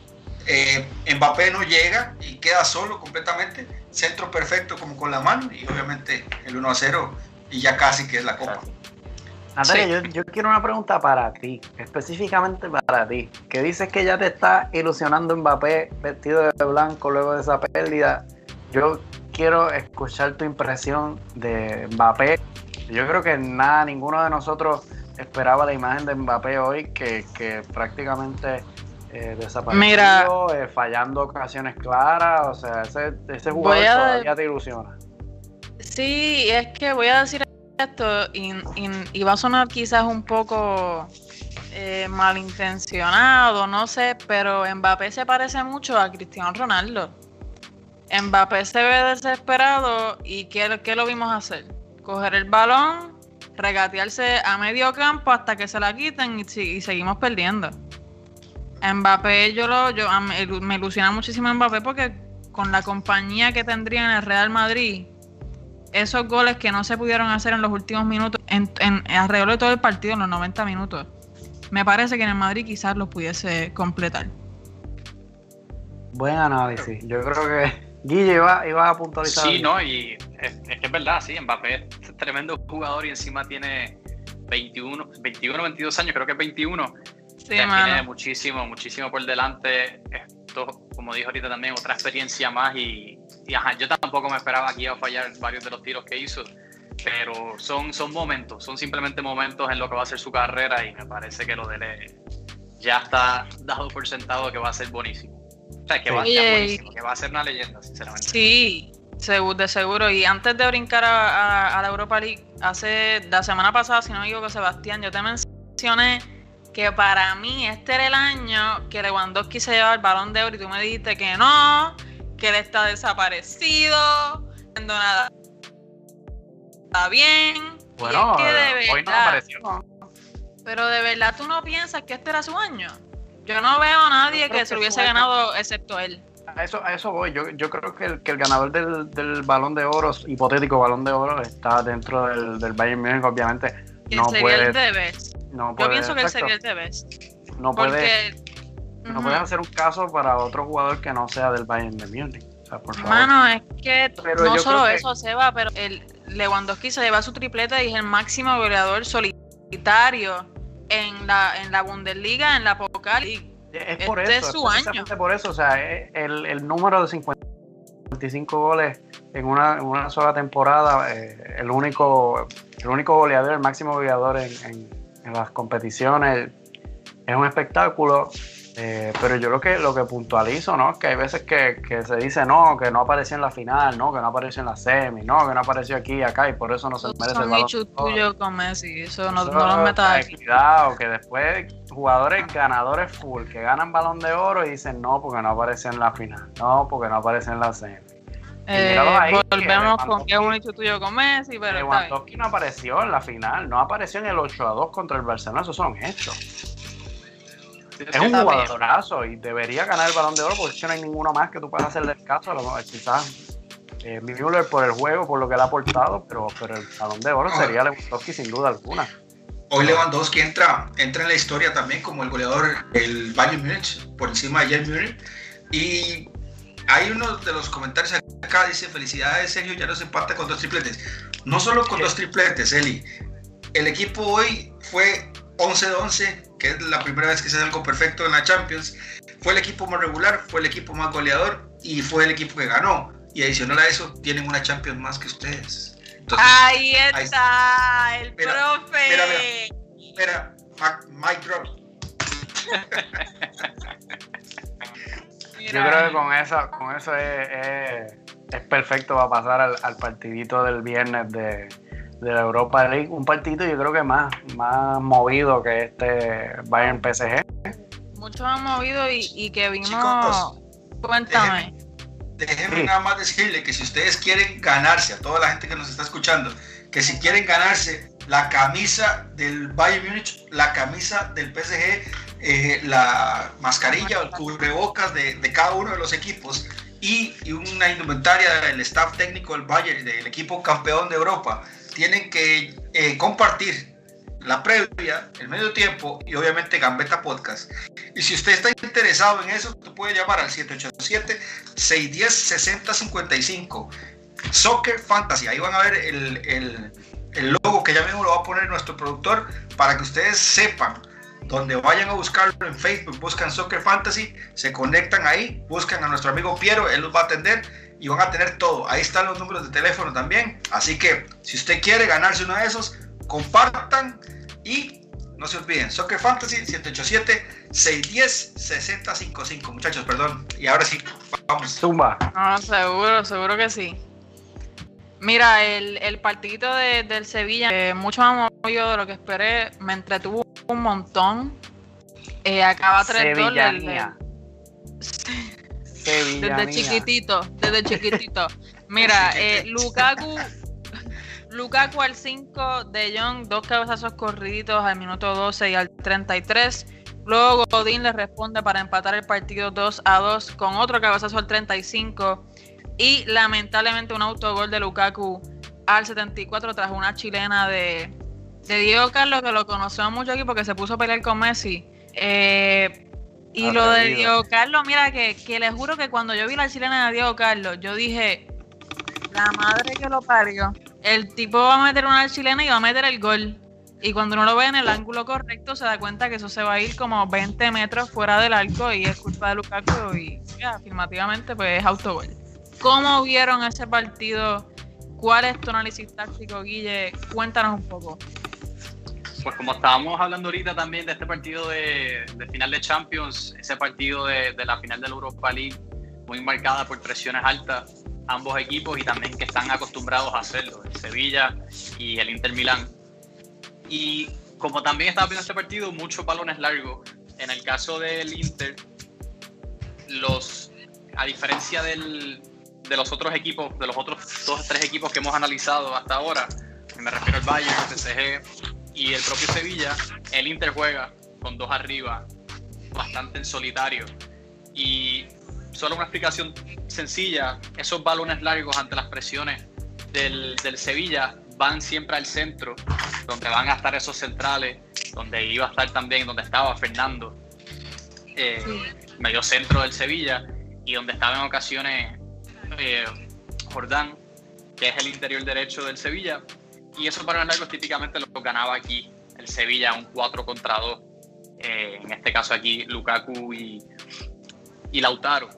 Mbappé no llega y queda solo completamente, centro perfecto como con la mano y obviamente el 1-0 y ya casi que es la copa. Natalia, yo quiero una pregunta para ti, específicamente para ti, que dices que ya te está ilusionando Mbappé vestido de blanco luego de esa pérdida. Yo quiero escuchar tu impresión de Mbappé. Yo creo que ninguno de nosotros esperaba la imagen de Mbappé hoy, que prácticamente desapareció, fallando ocasiones claras. O sea, ese jugador todavía te ilusiona. Sí, es que voy a decir esto y va a sonar quizás un poco malintencionado, no sé, pero Mbappé se parece mucho a Cristiano Ronaldo. Mbappé se ve desesperado y ¿qué lo vimos hacer? Coger el balón, regatearse a medio campo hasta que se la quiten y seguimos perdiendo. Mbappé, me ilusiona muchísimo Mbappé porque con la compañía que tendría en el Real Madrid, esos goles que no se pudieron hacer en los últimos minutos, alrededor de todo el partido, en los 90 minutos, me parece que en el Madrid quizás los pudiese completar. Buen análisis. Yo creo que Guille iba a puntualizar. Sí, no, y es que es verdad, sí, Mbappé es tremendo jugador y encima tiene 22 años, creo que es 21. Sí, tiene muchísimo por delante. Esto, como dijo ahorita también, otra experiencia más y yo tampoco me esperaba que iba a fallar varios de los tiros que hizo, pero son momentos, son simplemente momentos en lo que va a ser su carrera y me parece que lo de él ya está dado por sentado que va a ser buenísimo. O sea, que va a ser buenísimo, que va a ser una leyenda, sinceramente. Sí, de seguro. Y antes de brincar a la Europa League, la semana pasada, si no me equivoco, Sebastián, yo te mencioné que para mí este era el año que Lewandowski se llevaba el Balón de Oro y tú me dijiste que no, que él está desaparecido, no haciendo nada está bien. Bueno, y es que de verdad, hoy no apareció. Pero de verdad tú no piensas que este era su año. Yo no veo a nadie que se lo hubiese ganado excepto él. A eso voy. Yo creo que el ganador del Balón de Oro, hipotético Balón de Oro, está dentro del Bayern Múnich, obviamente. No puede, el de Best. No puede, yo pienso que exacto. él sería el de Best. No puedes hacer un caso para otro jugador que no sea del Bayern de Múnich. O sea, por favor. Mano, es que pero no solo eso, Seba, pero el Lewandowski se lleva su tripleta y es el máximo goleador solitario en la Bundesliga, en la Pokal. Es por eso, es su año. Por eso, o sea, el número de 55 goles en una sola temporada, el único goleador, el máximo goleador en las competiciones, es un espectáculo. Pero yo lo que puntualizo, ¿no? Es que hay veces que se dice que no apareció en la final, no, que no apareció en la semi, no, que no apareció aquí y acá y por eso no se merece el Balón de Oro. Tuyo con Messi, eso no lo metas aquí. Cuidado, que después jugadores ganadores full que ganan Balón de Oro y dicen no porque no apareció en la final, no porque no apareció en la semi. Volvemos con que es un hecho tuyo con Messi, pero Lewandowski no apareció en la final, no apareció en el 8-2 contra el Barcelona, esos son hechos. Es un jugadorazo y debería ganar el Balón de Oro porque es que no hay ninguno más que tú puedas hacerle el caso. Quizás Müller por el juego, por lo que le ha aportado, pero el Balón de Oro sería Lewandowski sin duda alguna. Hoy Lewandowski entra en la historia también como el goleador del Bayern Múnich por encima de Bayern Múnich. Y hay uno de los comentarios acá, dice: felicidades Sergio, ya no se empata con 2 tripletes. No solo con 2 tripletes, Eli. El equipo hoy fue 11-11, que es la primera vez que se hace algo perfecto en la Champions. Fue el equipo más regular, fue el equipo más goleador y fue el equipo que ganó. Y adicional a eso, tienen una Champions más que ustedes. Entonces, ahí está el profe. Mira, Mike Drop. Yo creo que con eso es perfecto para pasar al partidito del viernes de la Europa League, un partido yo creo que más movido que este Bayern PSG. Mucho más movido y que vimos. Chicos, cuéntame. Déjenme nada más decirle que si ustedes quieren ganarse, a toda la gente que nos está escuchando, que si quieren ganarse la camisa del Bayern Múnich, la camisa del PSG, la mascarilla o el cubrebocas de cada uno de los equipos y una indumentaria del staff técnico del Bayern, del equipo campeón de Europa, tienen que compartir la previa, el medio tiempo y obviamente Gambetta Podcast. Y si usted está interesado en eso, usted puede llamar al 787-610-6055. Soccer Fantasy, ahí van a ver el logo que ya mismo lo va a poner nuestro productor para que ustedes sepan. Donde vayan a buscarlo en Facebook, buscan Soccer Fantasy, se conectan ahí, buscan a nuestro amigo Piero, él los va a atender y van a tener todo. Ahí están los números de teléfono también. Así que si usted quiere ganarse uno de esos, compartan y no se olviden, Soccer Fantasy 787-610-6055. Muchachos, perdón. Y ahora sí, vamos. Zumba. No, seguro que sí. Mira, el partidito del Sevilla, mucho más movido de lo que esperé, me entretuvo un montón. Acaba 3-2 desde chiquitito. Mira, Lukaku al 5, De Jong, 2 cabezazos corriditos al minuto 12 y al 33. Luego Godín le responde para empatar el partido 2-2 con otro cabezazo al 35. Y lamentablemente un autogol de Lukaku al 74 tras una chilena de Diego Carlos, que lo conocemos mucho aquí porque se puso a pelear con Messi. Y lo de Diego Carlos, mira, que les juro que cuando yo vi la chilena de Diego Carlos, yo dije, la madre que lo parió. El tipo va a meter una chilena y va a meter el gol. Y cuando uno lo ve en el ángulo correcto, se da cuenta que eso se va a ir como 20 metros fuera del arco y es culpa de Lukaku. Y afirmativamente, pues es autogol. ¿Cómo vieron ese partido? ¿Cuál es tu análisis táctico, Guille? Cuéntanos un poco. Pues como estábamos hablando ahorita también de este partido de final de Champions, ese partido de la final de la Europa League, muy marcada por presiones altas, ambos equipos y también que están acostumbrados a hacerlo, el Sevilla y el Inter Milán. Y como también estaba viendo este partido, muchos balones largos. En el caso del Inter, a diferencia de los otros equipos, de los otros 2 o 3 equipos que hemos analizado hasta ahora, me refiero al Bayern, al PSG y el propio Sevilla, el Inter juega con 2 arriba, bastante en solitario. Y solo una explicación sencilla, esos balones largos ante las presiones del Sevilla van siempre al centro, donde van a estar esos centrales, donde iba a estar también, donde estaba Fernando, medio centro del Sevilla, y donde estaba en ocasiones Jordán, que es el interior derecho del Sevilla, y esos balones largos típicamente los ganaba aquí el Sevilla, un 4 contra 2, en este caso aquí Lukaku y Lautaro.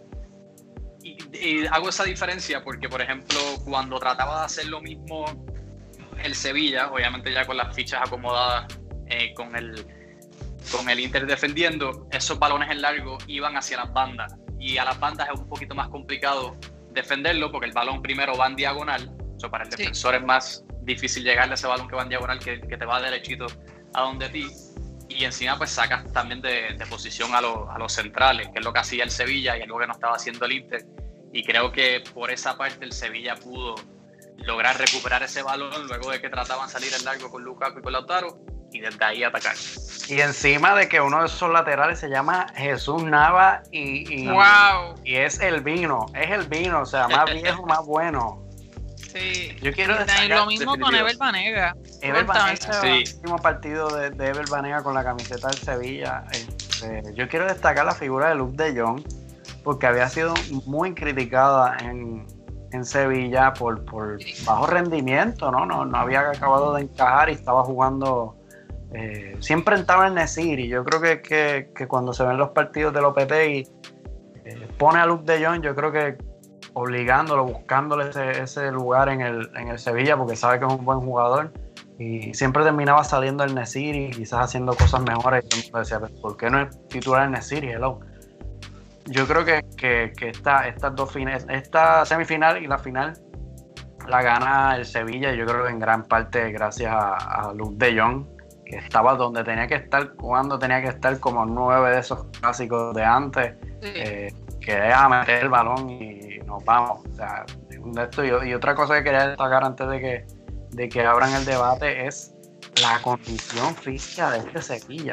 Y hago esa diferencia porque, por ejemplo, cuando trataba de hacer lo mismo el Sevilla, obviamente ya con las fichas acomodadas, con el Inter defendiendo, esos balones en largo iban hacia las bandas, y a las bandas es un poquito más complicado defenderlo porque el balón primero va en diagonal, para el defensor es más difícil llegarle a ese balón que va en diagonal, que te va derechito a donde ti, y encima pues sacas también de posición a los centrales, que es lo que hacía el Sevilla y algo que no estaba haciendo el Inter, y creo que por esa parte el Sevilla pudo lograr recuperar ese balón luego de que trataban de salir en largo con Lukaku y con Lautaro, y desde ahí atacar. Y encima de que uno de esos laterales se llama Jesús Nava y es el vino, o sea, más viejo, más bueno. Sí. Yo quiero destacar, lo mismo con Ever Banega. El último partido de Ever Banega con la camiseta del Sevilla. Yo quiero destacar la figura de Luuk de Jong, porque había sido muy criticada en Sevilla por bajo rendimiento, no había acabado de encajar y estaba jugando, siempre estaba en Nesiri. Yo creo que cuando se ven los partidos de Lopetegui, pone a Luuk de Jong, yo creo que obligándolo, buscándole ese lugar en el Sevilla, porque sabe que es un buen jugador, y siempre terminaba saliendo el Nesiri, quizás haciendo cosas mejores. Y yo me decía, ¿por qué no es titular el Nesiri? Hello. Yo creo que estas dos finales, esta semifinal y la final, la gana el Sevilla, yo creo que en gran parte gracias a Luuk de Jong, que estaba donde tenía que estar, cuando tenía que estar, como 9 de esos clásicos de antes, que deja meter el balón y nos vamos. O sea, esto y otra cosa que quería destacar antes de que abran el debate es la condición física de este Sevilla.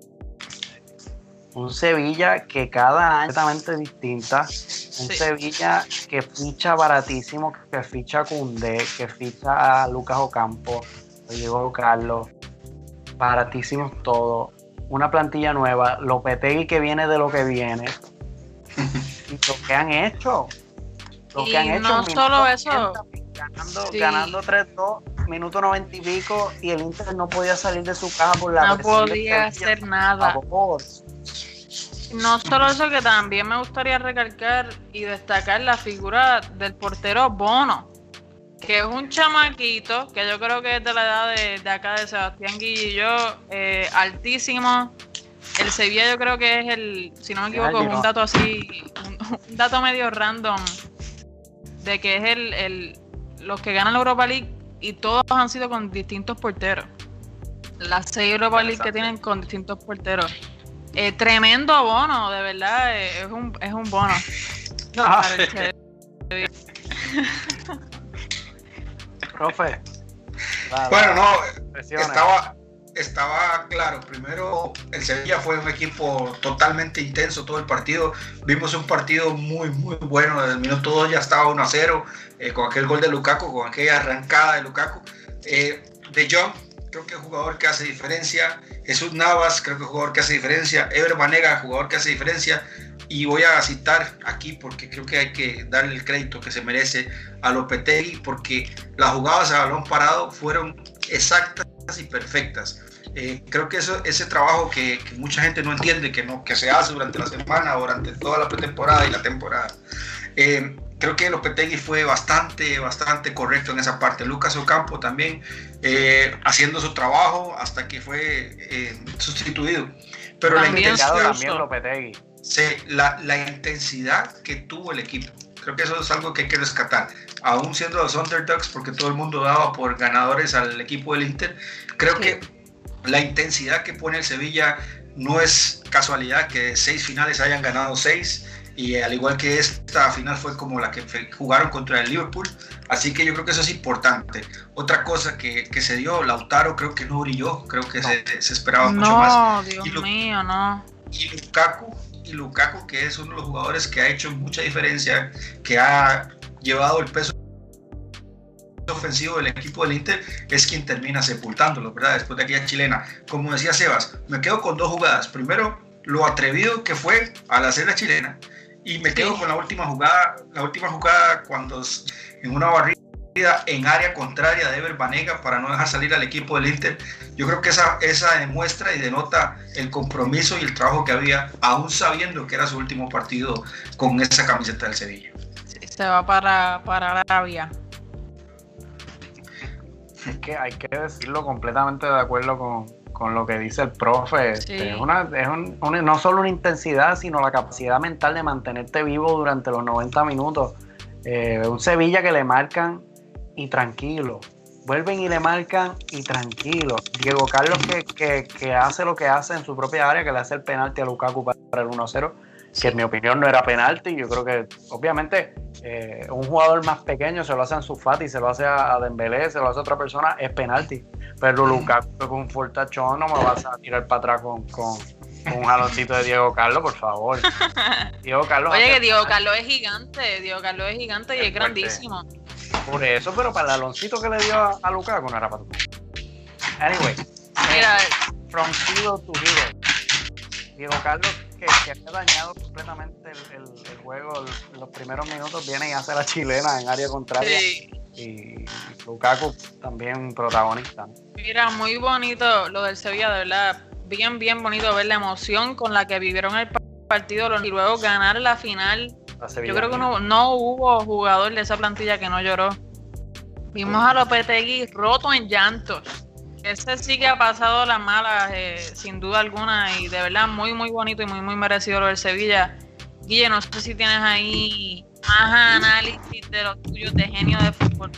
Un Sevilla que cada año es completamente distinta. Un Sevilla que ficha baratísimo, que ficha a Koundé, que ficha a Lucas Ocampo, a Diego Carlos. Baratísimos todos. Una plantilla nueva. Lopetegui que viene de lo que viene. Y lo que han hecho. No solo eso. Ganando 3-2. minuto 90 y pico, y el Inter no podía salir de su caja por la no podía hacer nada. No solo eso, que también me gustaría recalcar y destacar la figura del portero Bono, que es un chamaquito que yo creo que es de la edad de acá de Sebastián Guillillo, altísimo. El Sevilla yo creo que es el, si no me equivoco, es un dato así, un dato medio random, de que es los que ganan la Europa League, y todos han sido con distintos porteros. Las 6 Europa League que tienen con distintos porteros. Tremendo Bono, de verdad, es un bono. Profe. Bueno, no, estaba claro. Primero, el Sevilla fue un equipo totalmente intenso todo el partido. Vimos un partido muy, muy bueno. Desde el minuto 2 ya estaba 1-0, con aquel gol de Lukaku, con aquella arrancada de Lukaku. De Jong, creo que es un jugador que hace diferencia. Jesús Navas, creo que es un jugador que hace diferencia. Ever Banega, jugador que hace diferencia. Y voy a citar aquí, porque creo que hay que darle el crédito que se merece a Lopetegui, porque las jugadas a balón parado fueron exactas y perfectas. Creo que ese trabajo que mucha gente no entiende, que se hace durante la semana o durante toda la pretemporada y la temporada, creo que Lopetegui fue bastante correcto en esa parte. Lucas Ocampo también haciendo su trabajo hasta que fue sustituido. Pero también la intensidad que tuvo el equipo, creo que eso es algo que hay que rescatar. Aún siendo los underdogs, porque todo el mundo daba por ganadores al equipo del Inter, creo que la intensidad que pone el Sevilla no es casualidad que 6 finales hayan ganado 6, y al igual que esta final fue como la que jugaron contra el Liverpool, así que yo creo que eso es importante. Otra cosa que se dio, Lautaro creo que no brilló, creo que se esperaba mucho más. No, Dios mío, no. Y Lukaku, que es uno de los jugadores que ha hecho mucha diferencia, que ha llevado el peso ofensivo del equipo del Inter, es quien termina sepultándolo, ¿verdad? Después de aquella chilena. Como decía Sebas, me quedo con 2 jugadas. Primero, lo atrevido que fue al hacer la chilena, y me quedo con la última jugada cuando en una barrida en área contraria de Ever Banega para no dejar salir al equipo del Inter. Yo creo que esa demuestra y denota el compromiso y el trabajo que había, aún sabiendo que era su último partido con esa camiseta del Sevilla. Sí, se va para Arabia. Es que hay que decirlo, completamente de acuerdo con lo que dice el profe. Sí. Es no solo una intensidad, sino la capacidad mental de mantenerte vivo durante los 90 minutos. Un Sevilla que le marcan y tranquilo, vuelven y le marcan y tranquilo. Diego Carlos que hace lo que hace en su propia área, que le hace el penalti a Lukaku para el 1-0, que en mi opinión no era penalti. Yo creo que obviamente un jugador más pequeño se lo hace a Ansu Fati, se lo hace a Dembélé, se lo hace a otra persona, es penalti. Pero Lukaku con un fortachón, no me vas a tirar para atrás con un jaloncito de Diego Carlos, por favor. Diego Carlos. Oye, que Diego Carlos es gigante, y es grandísimo. Por eso, pero para el jaloncito que le dio a Lukaku no era para tu. Anyway, mira, from hero to hero. Diego Carlos, que ha dañado completamente el juego en los primeros minutos, viene y hace la chilena en área contraria. Sí. Y Lukaku también protagonista. Mira, muy bonito lo del Sevilla, de verdad. Bien bonito ver la emoción con la que vivieron el partido y luego ganar la final. Yo creo que no hubo jugador de esa plantilla que no lloró. Vimos a Lopetegui roto en llantos. Ese sí que ha pasado las malas, sin duda alguna, y de verdad muy bonito y muy merecido lo del Sevilla. Guille, no sé si tienes ahí más análisis de los tuyos de genio de fútbol.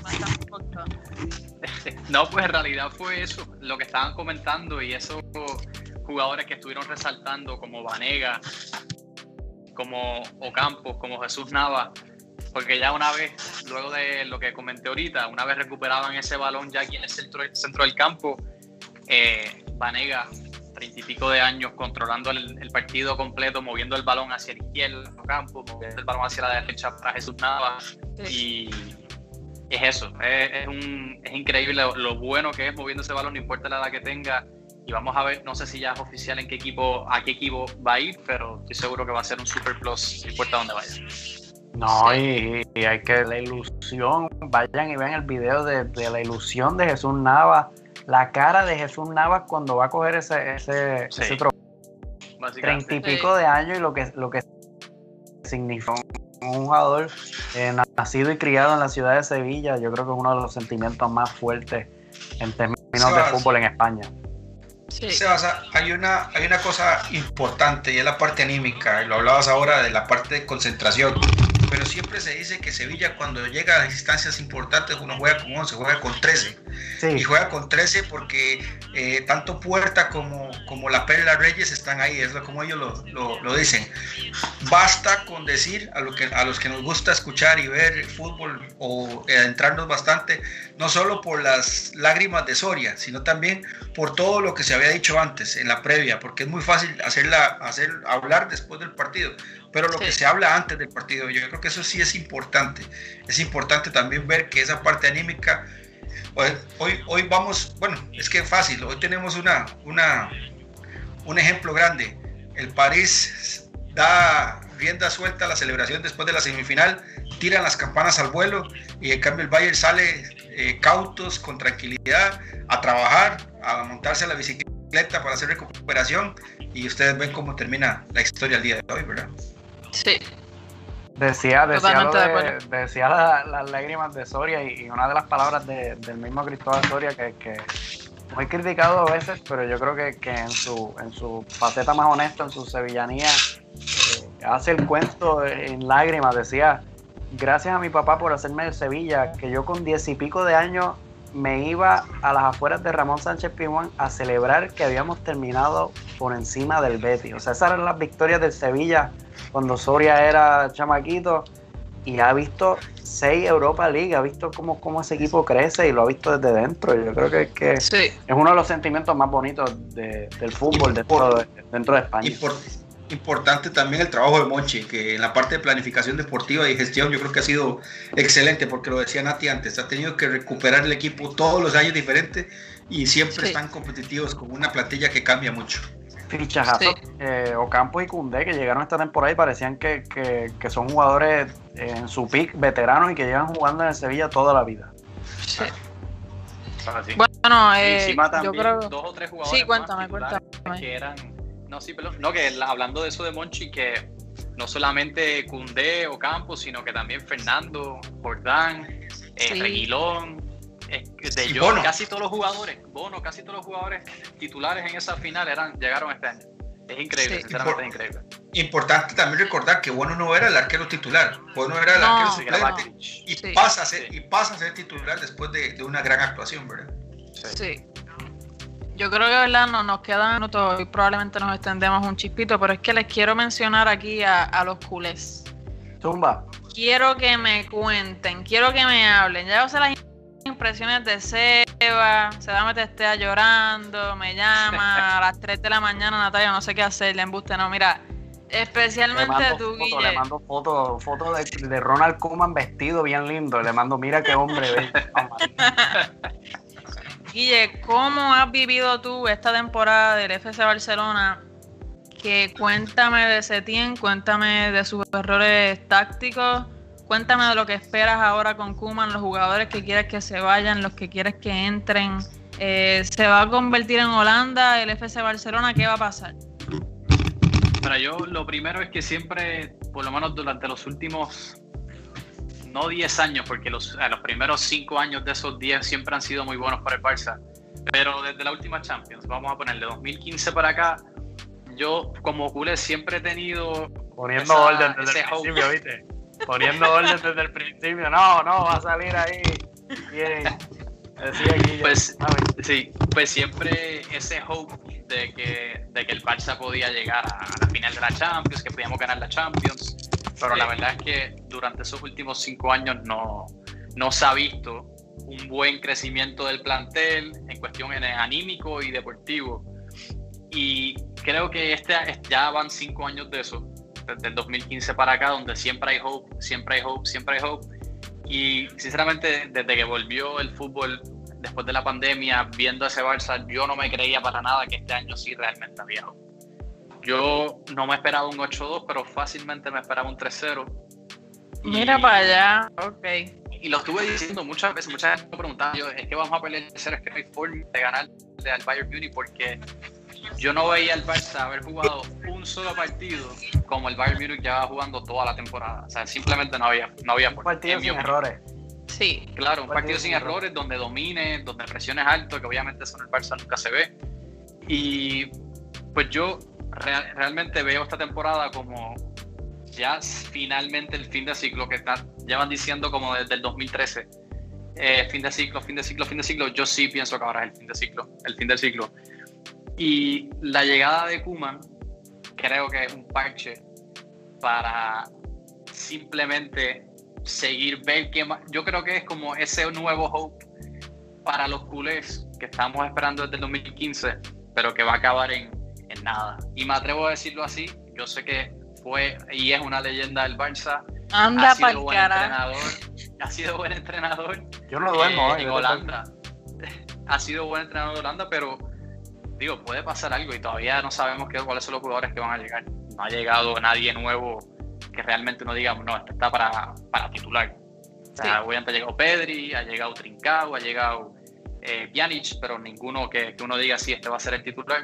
No, pues en realidad fue eso, lo que estaban comentando, y esos jugadores que estuvieron resaltando como Banega, como Ocampos, como Jesús Navas, porque ya una vez, luego de lo que comenté ahorita, una vez recuperaban ese balón ya aquí en el centro del campo, Banega, 30 y pico de años, controlando el partido completo, moviendo el balón hacia la izquierda, Ocampos, moviendo el balón hacia la derecha para Jesús Navas, y es eso, es increíble lo bueno que es moviendo ese balón, no importa la edad que tenga. Y vamos a ver, no sé si ya es oficial a qué equipo va a ir, pero estoy seguro que va a ser un super plus, no importa dónde vaya. No, y hay que la ilusión, vayan y vean el video de la ilusión de Jesús Navas, la cara de Jesús Navas cuando va a coger ese trofeo. 30 y pico de años y lo que significa un jugador nacido y criado en la ciudad de Sevilla. Yo creo que es uno de los sentimientos más fuertes en términos de fútbol en España. Sí. Sebas, hay una cosa importante y es la parte anímica, y lo hablabas ahora de la parte de concentración, pero siempre se dice que Sevilla cuando llega a las instancias importantes uno juega con 11, juega con 13, sí. Y juega con 13 porque tanto Puerta como la Perla Reyes están ahí, es como ellos lo dicen. Basta con decir a los que nos gusta escuchar y ver fútbol o adentrarnos bastante, no solo por las lágrimas de Soria, sino también por todo lo que se había dicho antes en la previa, porque es muy fácil hablar después del partido, pero lo que se habla antes del partido, yo creo que eso sí es importante. Es importante también ver que esa parte anímica, hoy vamos, bueno, es que es fácil, hoy tenemos un ejemplo grande. El París da rienda suelta a la celebración después de la semifinal, tiran las campanas al vuelo, y en cambio el Bayern sale cautos, con tranquilidad, a trabajar, a montarse a la bicicleta para hacer recuperación, y ustedes ven cómo termina la historia el día de hoy, ¿verdad? Sí. Decía las lágrimas de Soria, y una de las palabras del mismo Cristóbal Soria que muy criticado a veces, pero yo creo que en su faceta más honesta, en su sevillanía, hace el cuento en lágrimas. Decía: gracias a mi papá por hacerme de Sevilla, que yo con 10 y pico de años me iba a las afueras de Ramón Sánchez Pizjuán a celebrar que habíamos terminado por encima del Betis. O sea, esas eran las victorias del Sevilla cuando Soria era chamaquito, y ha visto 6 Europa League, ha visto cómo ese equipo crece y lo ha visto desde dentro. Yo creo que sí, es uno de los sentimientos más bonitos del fútbol dentro de España. Importante también el trabajo de Monchi, que en la parte de planificación deportiva y gestión yo creo que ha sido excelente, porque lo decía Nati antes, ha tenido que recuperar el equipo todos los años diferentes y siempre están competitivos con una plantilla que cambia mucho. Fichajazo, Ocampos y Koundé, que llegaron esta temporada y parecían que son jugadores en su pick, veteranos, y que llevan jugando en el Sevilla toda la vida. Sí. Bueno, yo creo 2 o 3 jugadores. Sí, cuéntame. Que eran, hablando de eso de Monchi, que no solamente Koundé o Campos, sino que también Fernando, Jordán, Reguilón, De Jong, casi todos los jugadores, casi todos los jugadores titulares en esa final llegaron este año. Es increíble, sinceramente es increíble. Importante también recordar que Bono no era el arquero titular, Bono era el arquero suplente, y pasa a ser titular después de una gran actuación, ¿verdad? Sí. Yo creo que, ¿verdad? Nos quedan minutos y probablemente nos extendemos un chispito, pero es que les quiero mencionar aquí a los culés. Zumba. Quiero que me cuenten, quiero que me hablen. Ya yo sé las impresiones de Seba, se va a meter llorando, me llama a las 3 de la mañana, Natalia, no sé qué hacer, le embuste, no, mira, especialmente tú, Guille. Le mando fotos de Ronald Koeman vestido bien lindo, le mando, mira qué hombre. Guille, ¿cómo has vivido tú esta temporada del FC Barcelona? Que cuéntame de Setién, cuéntame de sus errores tácticos, cuéntame de lo que esperas ahora con Koeman, los jugadores que quieres que se vayan, los que quieres que entren. ¿Se va a convertir en Holanda el FC Barcelona? ¿Qué va a pasar? Bueno, yo lo primero es que siempre, por lo menos durante los últimos, no 10 años, porque los primeros 5 años de esos 10 siempre han sido muy buenos para el Barça, pero desde la última Champions, vamos a ponerle 2015 para acá, yo como culé siempre he tenido poniendo orden desde el principio, ¿viste? Poniendo orden desde el principio, no, va a salir ahí bien. Decía aquí, pues siempre ese hope de que el Barça podía llegar a la final de la Champions, que podíamos ganar la Champions, pero la verdad es que durante esos últimos 5 años no se ha visto un buen crecimiento del plantel en cuestión anímico y deportivo, y creo que ya van 5 años de eso, desde el 2015 para acá, donde siempre hay hope, y sinceramente desde que volvió el fútbol después de la pandemia, viendo ese Barça, yo no me creía para nada que este año sí realmente había hope. Yo no me esperaba un 8-2, pero fácilmente me esperaba un 3-0, Mira para allá, ok. Y lo estuve diciendo muchas veces, mucha gente me preguntaba, es que vamos a pelear el tercero, es que no hay forma de ganarle al Bayern Múnich, porque yo no veía al Barça haber jugado un solo partido como el Bayern Múnich llevaba jugando toda la temporada. O sea, simplemente no había un partido sin errores. Sí, claro, un partido sin errores, donde domine, donde la presión es alto, que obviamente eso en el Barça nunca se ve. Y pues yo realmente veo esta temporada como ya finalmente el fin de ciclo que llevan diciendo como desde el 2013. Fin de ciclo. Yo sí pienso que ahora es el fin del ciclo. Y la llegada de Koeman creo que es un parche para simplemente seguir, ver qué más. Yo creo que es como ese nuevo hope para los culés que estamos esperando desde el 2015, pero que va a acabar en nada. Y me atrevo a decirlo así, yo sé que fue y es una leyenda del Barça. Anda ha sido buen entrenador. Ha sido buen entrenador. Yo no duermo en Holanda. Ha sido buen entrenador de Holanda, pero digo, puede pasar algo y todavía no sabemos cuáles son los jugadores que van a llegar. No ha llegado nadie nuevo que realmente uno diga, no, este está para titular. O sea, obviamente ha llegado Pedri, ha llegado Trincao, ha llegado Pjanic, pero ninguno que uno diga, sí, este va a ser el titular.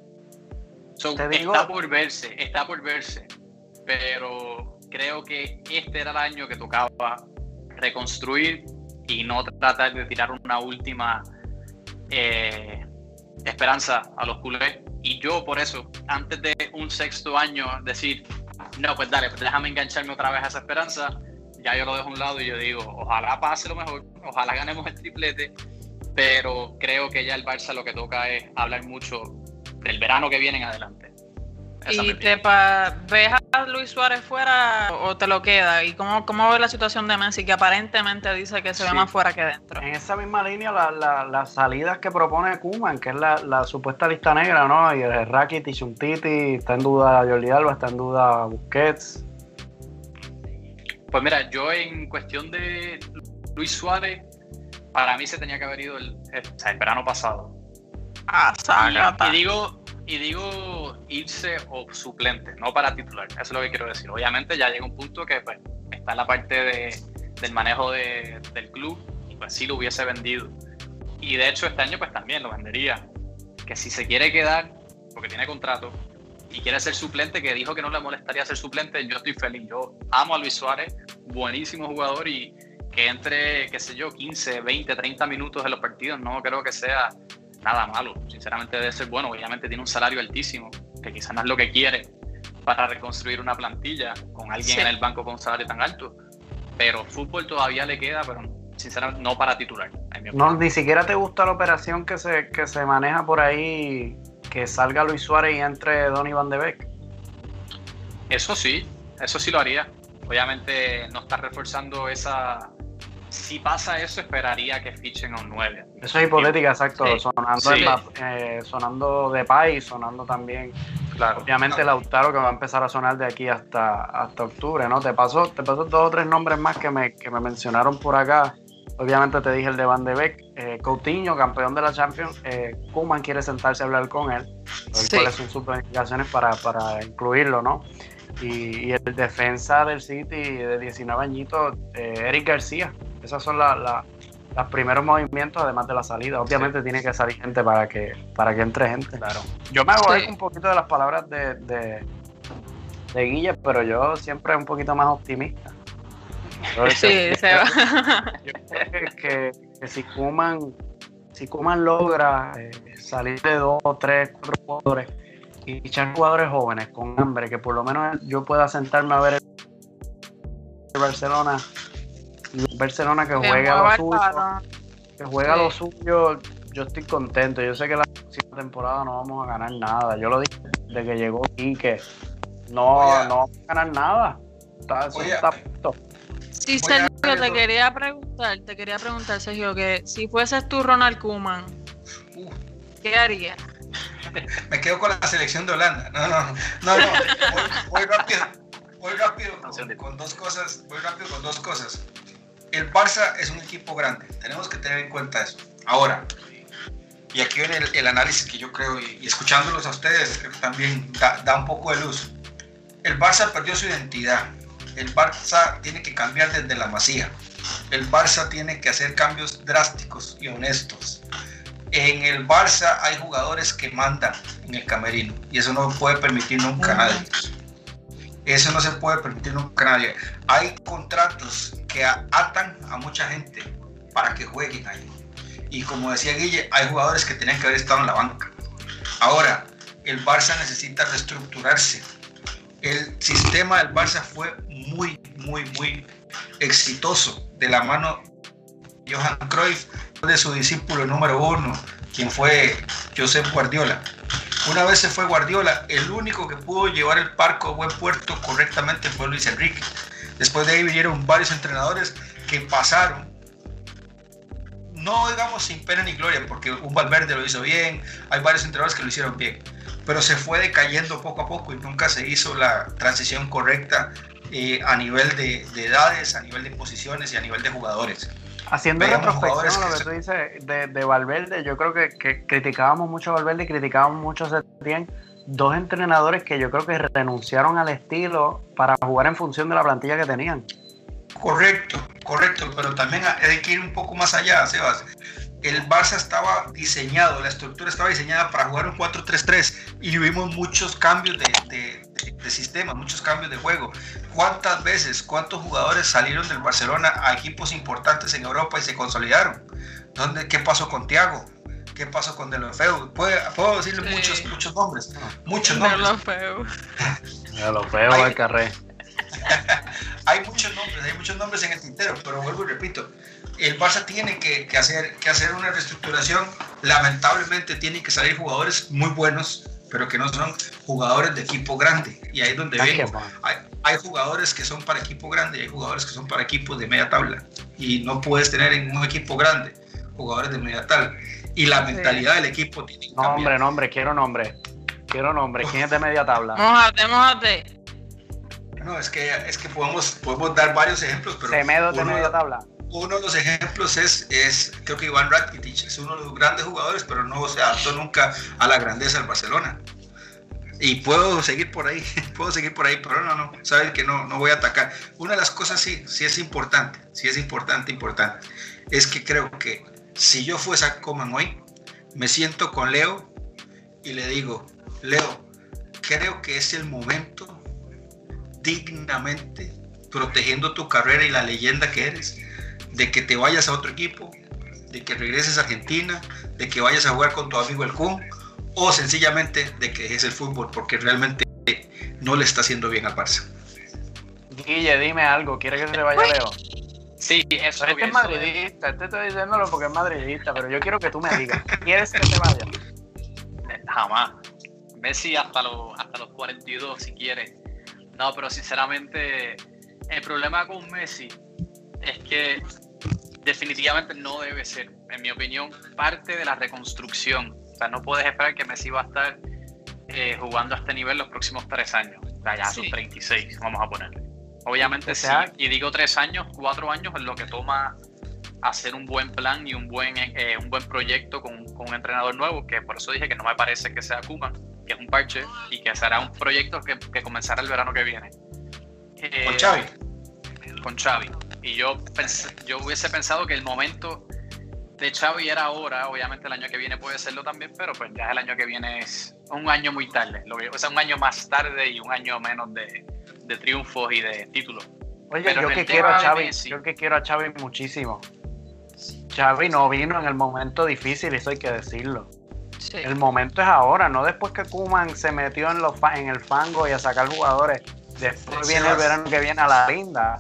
Está por verse, pero creo que este era el año que tocaba reconstruir y no tratar de tirar una última esperanza a los culés. Y yo por eso, antes de un sexto año, decir, no, pues dale, pues déjame engancharme otra vez a esa esperanza, ya yo lo dejo a un lado y yo digo, ojalá pase lo mejor, ojalá ganemos el triplete, pero creo que ya el Barça lo que toca es hablar mucho del verano que viene en adelante. ¿Y ves a Luis Suárez fuera o te lo queda? ¿Y cómo ves la situación de Messi, que aparentemente dice que se ve más fuera que dentro? En esa misma línea, las salidas que propone Koeman, que es la supuesta lista negra, ¿no? Y el Rakitic, Umtiti, está en duda Jordi Alba, está en duda Busquets. Pues mira, yo en cuestión de Luis Suárez, para mí se tenía que haber ido el verano pasado. Y digo irse o suplente, no para titular. Eso es lo que quiero decir. Obviamente ya llega un punto que pues, está en la parte del manejo del club y pues sí lo hubiese vendido. Y de hecho este año pues también lo vendería. Que si se quiere quedar, porque tiene contrato, y quiere ser suplente, que dijo que no le molestaría ser suplente, yo estoy feliz. Yo amo a Luis Suárez, buenísimo jugador, y que entre, qué sé yo, 15, 20, 30 minutos en los partidos, no creo que sea nada malo. Sinceramente debe ser bueno. Obviamente tiene un salario altísimo, que quizás no es lo que quiere para reconstruir una plantilla con alguien en el banco con un salario tan alto, pero fútbol todavía le queda, pero sinceramente no para titular. No, ni siquiera te gusta la operación que se maneja por ahí, que salga Luis Suárez y entre Donny Van de Beek. Eso sí lo haría. Obviamente no está reforzando esa. Si pasa eso, esperaría que fichen a un 9. Eso es hipotética, exacto. Sí. Sonando Depay, sonando también. Claro. Obviamente Lautaro, que va a empezar a sonar de aquí hasta octubre, ¿no? Te paso 2 o 3 nombres más que me mencionaron por acá. Obviamente te dije el de Van de Beek. Coutinho, campeón de la Champions. Koeman quiere sentarse a hablar con él. ¿Cuáles son sus planificaciones para incluirlo, no? Y el defensa del City de 19 añitos, Eric García. Esos son los primeros movimientos, además de la salida. Obviamente tiene que salir gente para que entre gente. Claro. Yo me hago un poquito de las palabras de Guille, pero yo siempre un poquito más optimista. Sí, se va. Yo creo que si Koeman logra salir de 2, 3, 4 jugadores y echar jugadores jóvenes con hambre, que por lo menos yo pueda sentarme a ver el Barcelona que juega lo suyo, yo estoy contento. Yo sé que la próxima temporada no vamos a ganar nada. Yo lo dije desde que llegó Quique, no vamos a ganar nada. Está puesto. Sí, Sergio, te quería preguntar, Sergio, que si fueses tú Ronald Koeman, ¿qué harías? Me quedo con la selección de Holanda. No. Voy rápido con dos cosas. El Barça es un equipo grande. Tenemos que tener en cuenta eso. Ahora, y aquí viene el análisis que yo creo, y escuchándolos a ustedes, creo que también da un poco de luz. El Barça perdió su identidad. el Barça tiene que cambiar desde la Masía. El Barça tiene que hacer cambios drásticos y honestos. En el Barça hay jugadores que mandan en el camerino y eso no puede permitir nunca nadie. Eso no se puede permitir nunca nadie. Hay contratos que atan a mucha gente para que jueguen ahí. Y como decía Guille, hay jugadores que tenían que haber estado en la banca. Ahora, el Barça necesita reestructurarse. El sistema del Barça fue muy exitoso de la mano de Johan Cruyff, de su discípulo número 1, quien fue Josep Guardiola. Una vez se fue Guardiola, el único que pudo llevar el barco a buen puerto correctamente fue Luis Enrique. Después de ahí vinieron varios entrenadores que pasaron, no digamos sin pena ni gloria, porque un Valverde lo hizo bien, hay varios entrenadores que lo hicieron bien, pero se fue decayendo poco a poco y nunca se hizo la transición correcta a nivel de edades, a nivel de posiciones y a nivel de jugadores. Haciendo retrospección lo que tú dices de Valverde, yo creo que criticábamos mucho a Valverde y criticábamos mucho a Setién, dos entrenadores que yo creo que renunciaron al estilo para jugar en función de la plantilla que tenían. Correcto, pero también hay que ir un poco más allá, Sebas. El Barça estaba diseñado, la estructura estaba diseñada para jugar un 4-3-3 y vimos muchos cambios de sistema, muchos cambios de juego. ¿Cuántas veces, cuántos jugadores salieron del Barcelona a equipos importantes en Europa y se consolidaron? ¿Qué pasó con Thiago? ¿Qué pasó con Deulofeu? Puedo decirle muchos nombres. Muchos nombres. Deulofeu, Alcarré. Hay muchos nombres en el tintero, pero vuelvo y repito, el Barça tiene que hacer una reestructuración. Lamentablemente tienen que salir jugadores muy buenos, pero que no son jugadores de equipo grande, y ahí es donde vengo. Hay jugadores que son para equipo grande y hay jugadores que son para equipos de media tabla, y no puedes tener en un equipo grande jugadores de media tabla, y la mentalidad del equipo tiene que cambiar. Quiero nombre. ¿Quién es de media tabla? Mójate. No, es que podemos dar varios ejemplos, pero Semedo de media tabla. Uno de los ejemplos es creo que Iván Rakitic es uno de los grandes jugadores, pero no se adaptó nunca a la grandeza del Barcelona. Y puedo seguir por ahí, pero no, saben que no voy a atacar. Una de las cosas sí es importante, es que creo que si yo fuese a Koeman hoy, me siento con Leo y le digo, Leo, creo que es el momento, dignamente, protegiendo tu carrera y la leyenda que eres, de que te vayas a otro equipo, de que regreses a Argentina, de que vayas a jugar con tu amigo el Kun, o sencillamente de que dejes el fútbol, porque realmente no le está haciendo bien al Barça. Guille, dime algo, ¿quieres que se vaya Leo? Sí, eso es madridista, estoy diciéndolo porque es madridista, pero yo quiero que tú me digas, ¿quieres que se vaya? Jamás. Messi hasta los 42 si quiere. No, pero sinceramente el problema con Messi es que definitivamente no debe ser, en mi opinión, parte de la reconstrucción. O sea, no puedes esperar que Messi va a estar jugando a este nivel los próximos 3 años. O sea, ya son 36, vamos a ponerle. Obviamente sí, y digo 3 años, 4 años es lo que toma hacer un buen plan y un buen proyecto con un entrenador nuevo, que por eso dije que no me parece que sea Koeman, que es un parche y que será un proyecto que comenzará el verano que viene. Con Xavi. Y yo hubiese pensado que el momento de Xavi era ahora. Obviamente el año que viene puede serlo también, pero pues ya el año que viene es un año muy tarde. O sea, un año más tarde y un año menos de triunfos y de títulos. Oye, pero yo que quiero a Xavi muchísimo. Xavi no vino en el momento difícil, eso hay que decirlo. Sí. El momento es ahora, no después que Koeman se metió en el fango y a sacar jugadores. Después viene el verano que viene a la linda.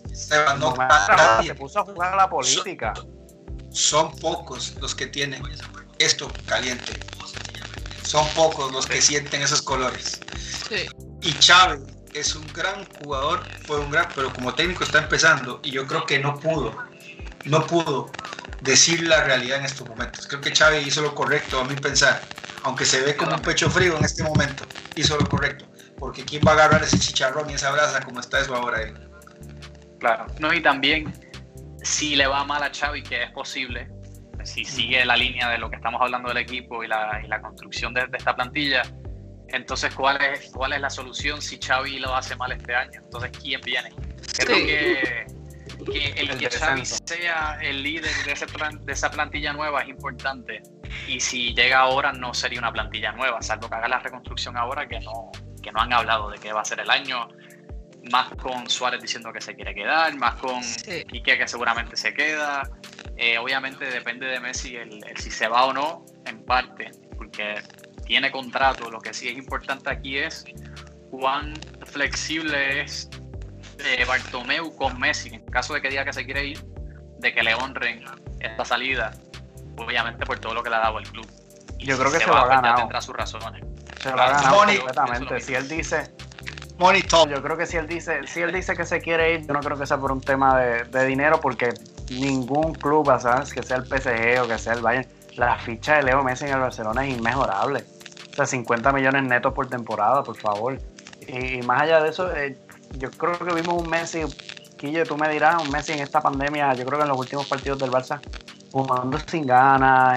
Se puso a jugar a la política. Son pocos los que tienen esto caliente. Son pocos los que sienten esos colores. Sí. Y Xavi es un gran jugador, pero como técnico está empezando y yo creo que no pudo decir la realidad en estos momentos. Creo que Xavi hizo lo correcto, a mi pensar, aunque se ve como un pecho frío en este momento, hizo lo correcto, porque quién va a agarrar ese chicharrón y esa brasa como está eso ahora él. Claro, no, y también si le va mal a Xavi, que es posible, si sigue la línea de lo que estamos hablando del equipo y la construcción de esta plantilla, entonces ¿cuál es la solución si Xavi lo hace mal este año? Entonces ¿quién viene? Creo que el que Xavi sea el líder de esa plantilla nueva es importante, y si llega ahora no sería una plantilla nueva, salvo que haga la reconstrucción ahora, que no han hablado de qué va a ser el año, más con Suárez diciendo que se quiere quedar, más con Quique que seguramente se queda. Obviamente depende de Messi el si se va o no, en parte, porque tiene contrato. Lo que sí es importante aquí es cuán flexible es Bartomeu con Messi, en caso de que diga que se quiere ir, de que le honren esta salida, obviamente por todo lo que le ha dado el club. Y yo si creo que se lo ha va, ganado. Ya tendrá sus razones. Se lo ha ganado completamente. Si él dice... Yo creo que si él dice que se quiere ir, yo no creo que sea por un tema de dinero, porque ningún club, ¿sabes? Que sea el PSG o que sea el Bayern, la ficha de Leo Messi en el Barcelona es inmejorable. O sea, 50 millones netos por temporada, por favor. Y más allá de eso, yo creo que vimos un Messi, Quille, tú me dirás, un Messi en esta pandemia, yo creo que en los últimos partidos del Barça, jugando sin ganas,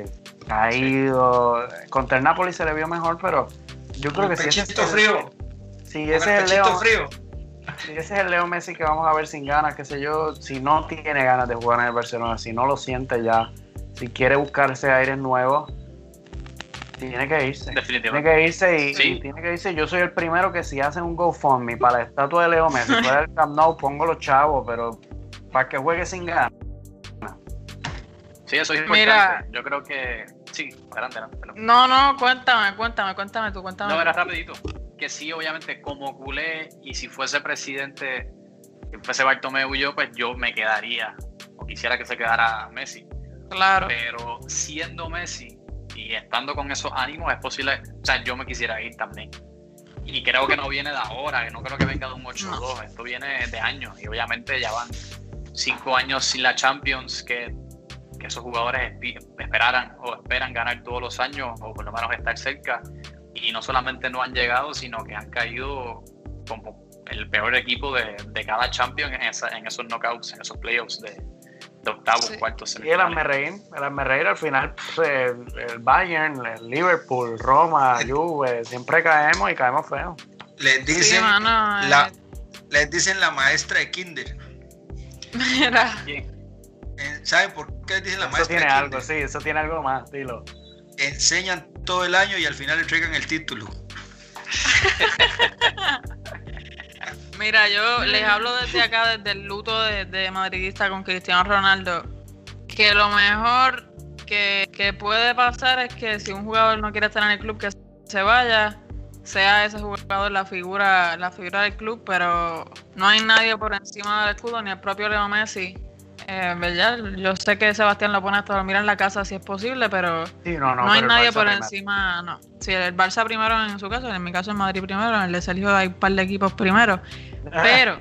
caído. Contra el Napoli se le vio mejor, pero yo creo que si ese es el Leo Messi que vamos a ver sin ganas, qué sé yo, si no tiene ganas de jugar en el Barcelona, si no lo siente ya, si quiere buscarse aires nuevos, tiene que irse. Definitivamente. Tiene que irse y tiene que irse. Yo soy el primero que si hacen un GoFundMe para la estatua de Leo Messi, fuera del Camp Nou, pongo los chavos, pero para que juegue sin ganas. Sí, eso es importante. Mira, yo creo que... Sí, adelante. No, cuéntame tú. No, era rapidito. Que sí, obviamente, como culé, y si fuese presidente, si fuese Bartomeu y yo, pues yo me quedaría, o quisiera que se quedara Messi. Claro. Pero siendo Messi y estando con esos ánimos, es posible, o sea, yo me quisiera ir también. Y creo que no viene de ahora, que no creo que venga de un 8-2, esto viene de años, y obviamente ya van 5 años sin la Champions, que esos jugadores esperan ganar todos los años, o por lo menos estar cerca. Y no solamente no han llegado, sino que han caído como el peor equipo de cada Champions en esos knockouts, en esos playoffs de octavos, cuartos. Y el Almerreír al final, el Bayern, el Liverpool, Roma, Juve, siempre caemos y caemos feo. Les dicen, les dicen la maestra de kinder. Mira. ¿Saben por qué les dicen la maestra de kinder? Tiene algo, sí, eso tiene algo más, dilo. Enseñan todo el año y al final entregan el título. Mira, yo les hablo desde acá, desde el luto de madridista con Cristiano Ronaldo, que lo mejor que puede pasar es que si un jugador no quiere estar en el club, que se vaya, sea ese jugador la figura del club, pero no hay nadie por encima del escudo, ni el propio Leo Messi. ¿Verdad? Yo sé que Sebastián lo pone hasta dormir en la casa si es posible, pero sí, no hay nadie por encima. No. Sí, el Barça primero en su caso, en mi caso el Madrid primero, en el de Sergio hay un par de equipos primero. Pero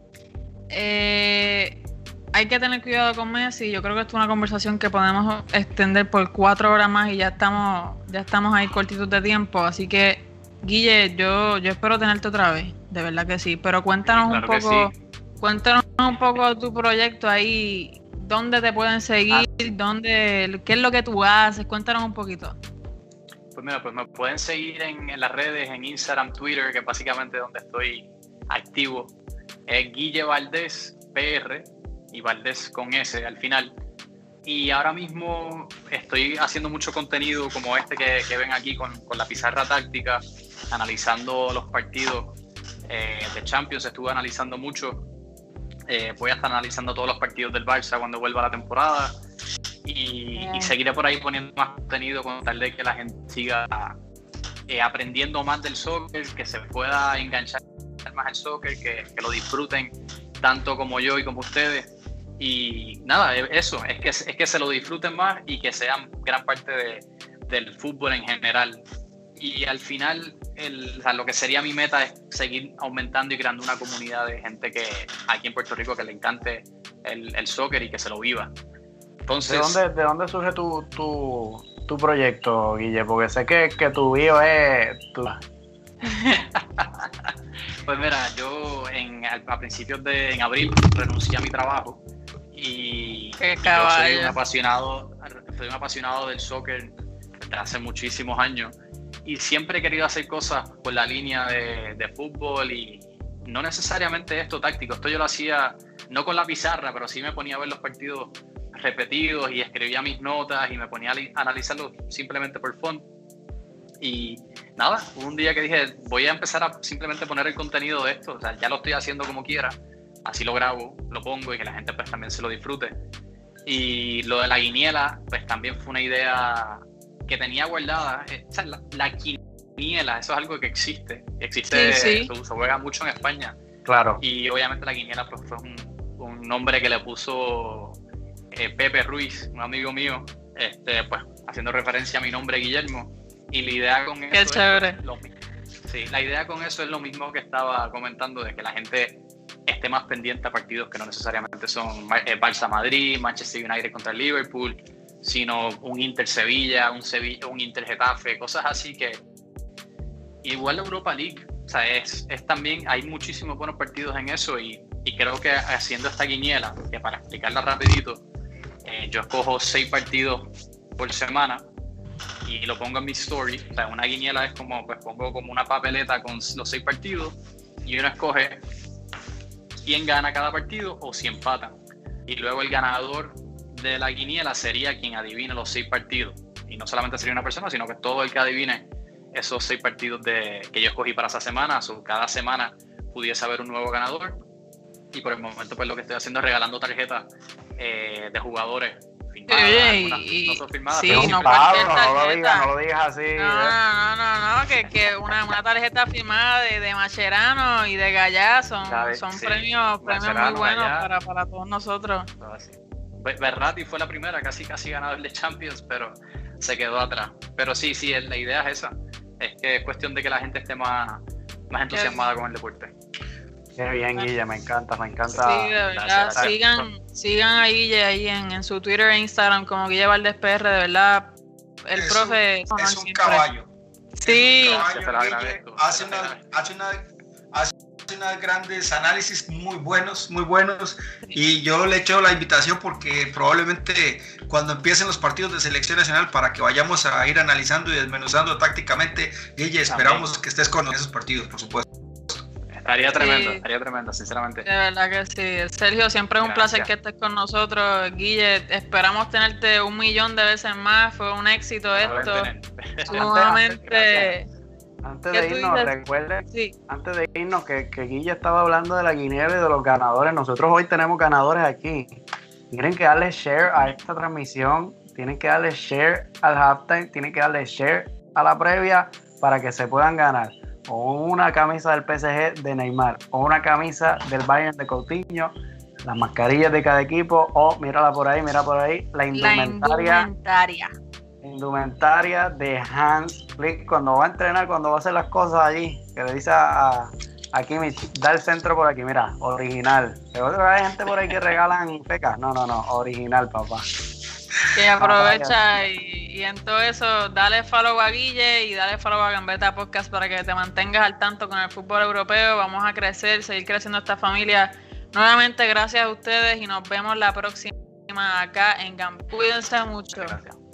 hay que tener cuidado con Messi. Yo creo que esto es una conversación que podemos extender por 4 horas más y ya estamos ahí cortitos de tiempo. Así que, Guille, yo espero tenerte otra vez, de verdad que sí. Pero cuéntanos un poco. Cuéntanos un poco de tu proyecto ahí, dónde te pueden seguir, qué es lo que tú haces, cuéntanos un poquito. Pues mira, pues me pueden seguir en las redes, en Instagram, Twitter, que es básicamente donde estoy activo. Es Guille Valdés PR, y Valdés con S al final. Y ahora mismo estoy haciendo mucho contenido como este que ven aquí con la pizarra táctica, analizando los partidos de Champions. Estuve analizando mucho. Voy a estar analizando todos los partidos del Barça cuando vuelva la temporada y seguiré por ahí poniendo más contenido con tal de que la gente siga aprendiendo más del soccer, que se pueda enganchar más al soccer, que lo disfruten tanto como yo y como ustedes. Y nada, eso, es que se lo disfruten más y que sean gran parte del fútbol en general. Y al final, lo que sería mi meta es seguir aumentando y creando una comunidad de gente que aquí en Puerto Rico que le encante el soccer y que se lo viva. Entonces, ¿De dónde surge tu proyecto, Guille? Porque sé que tu bio es... Pues mira, yo a principios en abril renuncié a mi trabajo y yo soy un apasionado del soccer desde hace muchísimos años. Y siempre he querido hacer cosas por la línea de fútbol y no necesariamente esto táctico, esto yo lo hacía no con la pizarra, pero sí me ponía a ver los partidos repetidos y escribía mis notas y me ponía a analizarlos simplemente por fun. Y nada, hubo un día que dije, voy a empezar a simplemente poner el contenido de esto, o sea, ya lo estoy haciendo como quiera, así lo grabo, lo pongo y que la gente pues también se lo disfrute. Y lo de la quiniela, pues también fue una idea que tenía guardada. O sea, la quiniela, eso es algo que existe, se juega mucho en España. Claro. Y obviamente la quiniela pues, fue un nombre que le puso Pepe Ruiz, un amigo mío, pues haciendo referencia a mi nombre Guillermo. Y la idea con eso es lo mismo. Sí, la idea con eso es lo mismo que estaba comentando, de que la gente esté más pendiente a partidos que no necesariamente son Barça-Madrid, Manchester United contra el Liverpool, sino un Inter-Sevilla, un Inter-Getafe, cosas así que... Igual la Europa League, o sea, es también, hay muchísimos buenos partidos en eso y creo que haciendo esta quiniela, que para explicarla rapidito, yo escojo 6 partidos por semana y lo pongo en mi story. O sea, una quiniela es como, pues pongo como una papeleta con los 6 partidos y uno escoge quién gana cada partido o si empatan. Y luego el ganador de la quiniela sería quien adivine los 6 partidos. Y no solamente sería una persona, sino que todo el que adivine esos 6 partidos que yo escogí para esa semana, o cada semana pudiese haber un nuevo ganador. Y por el momento pues lo que estoy haciendo es regalando tarjetas de jugadores firmadas, no son firmadas, sí, pero no cualquier tarjeta. No lo digas así. No, que una tarjeta firmada de Mascherano y de Gallá son sí, premios muy buenos para todos nosotros. Berratti fue la primera, casi ganador de Champions, pero se quedó atrás. Pero sí, la idea es esa, es que es cuestión de que la gente esté más entusiasmada con el deporte. Qué bien, Guille, me encanta. Sí, de verdad, sigan a Guille ahí en su Twitter e Instagram como Guille Valdés PR, de verdad, el profe es un caballo. Sí. Hace unos grandes análisis muy buenos, y yo le echo la invitación porque probablemente cuando empiecen los partidos de selección nacional para que vayamos a ir analizando y desmenuzando tácticamente, Guille, esperamos que estés con esos partidos, por supuesto. Estaría tremendo, sinceramente. De verdad que sí. Sergio, siempre es un placer que estés con nosotros. Guille, esperamos tenerte 1.000.000 de veces más. Fue un éxito esto. Sumamente. Antes de irnos, recuerden, antes de irnos que Guille estaba hablando de la quiniela y de los ganadores. Nosotros hoy tenemos ganadores aquí. Tienen que darle share a esta transmisión, tienen que darle share al halftime, tienen que darle share a la previa para que se puedan ganar o una camisa del PSG de Neymar o una camisa del Bayern de Coutinho, las mascarillas de cada equipo o mira por ahí, la indumentaria de Hans Flick cuando va a entrenar, cuando va a hacer las cosas allí, que le dice a Kimmich, da el centro por aquí, mira, original. Pero hay gente por ahí que regalan fecas, no, original, papá. Que aprovecha y en todo eso, dale follow a Guille y dale follow a Gambetta Podcast para que te mantengas al tanto con el fútbol europeo. Vamos a seguir creciendo esta familia. Nuevamente, gracias a ustedes y nos vemos la próxima acá en Gambetta. Cuídense mucho. Gracias.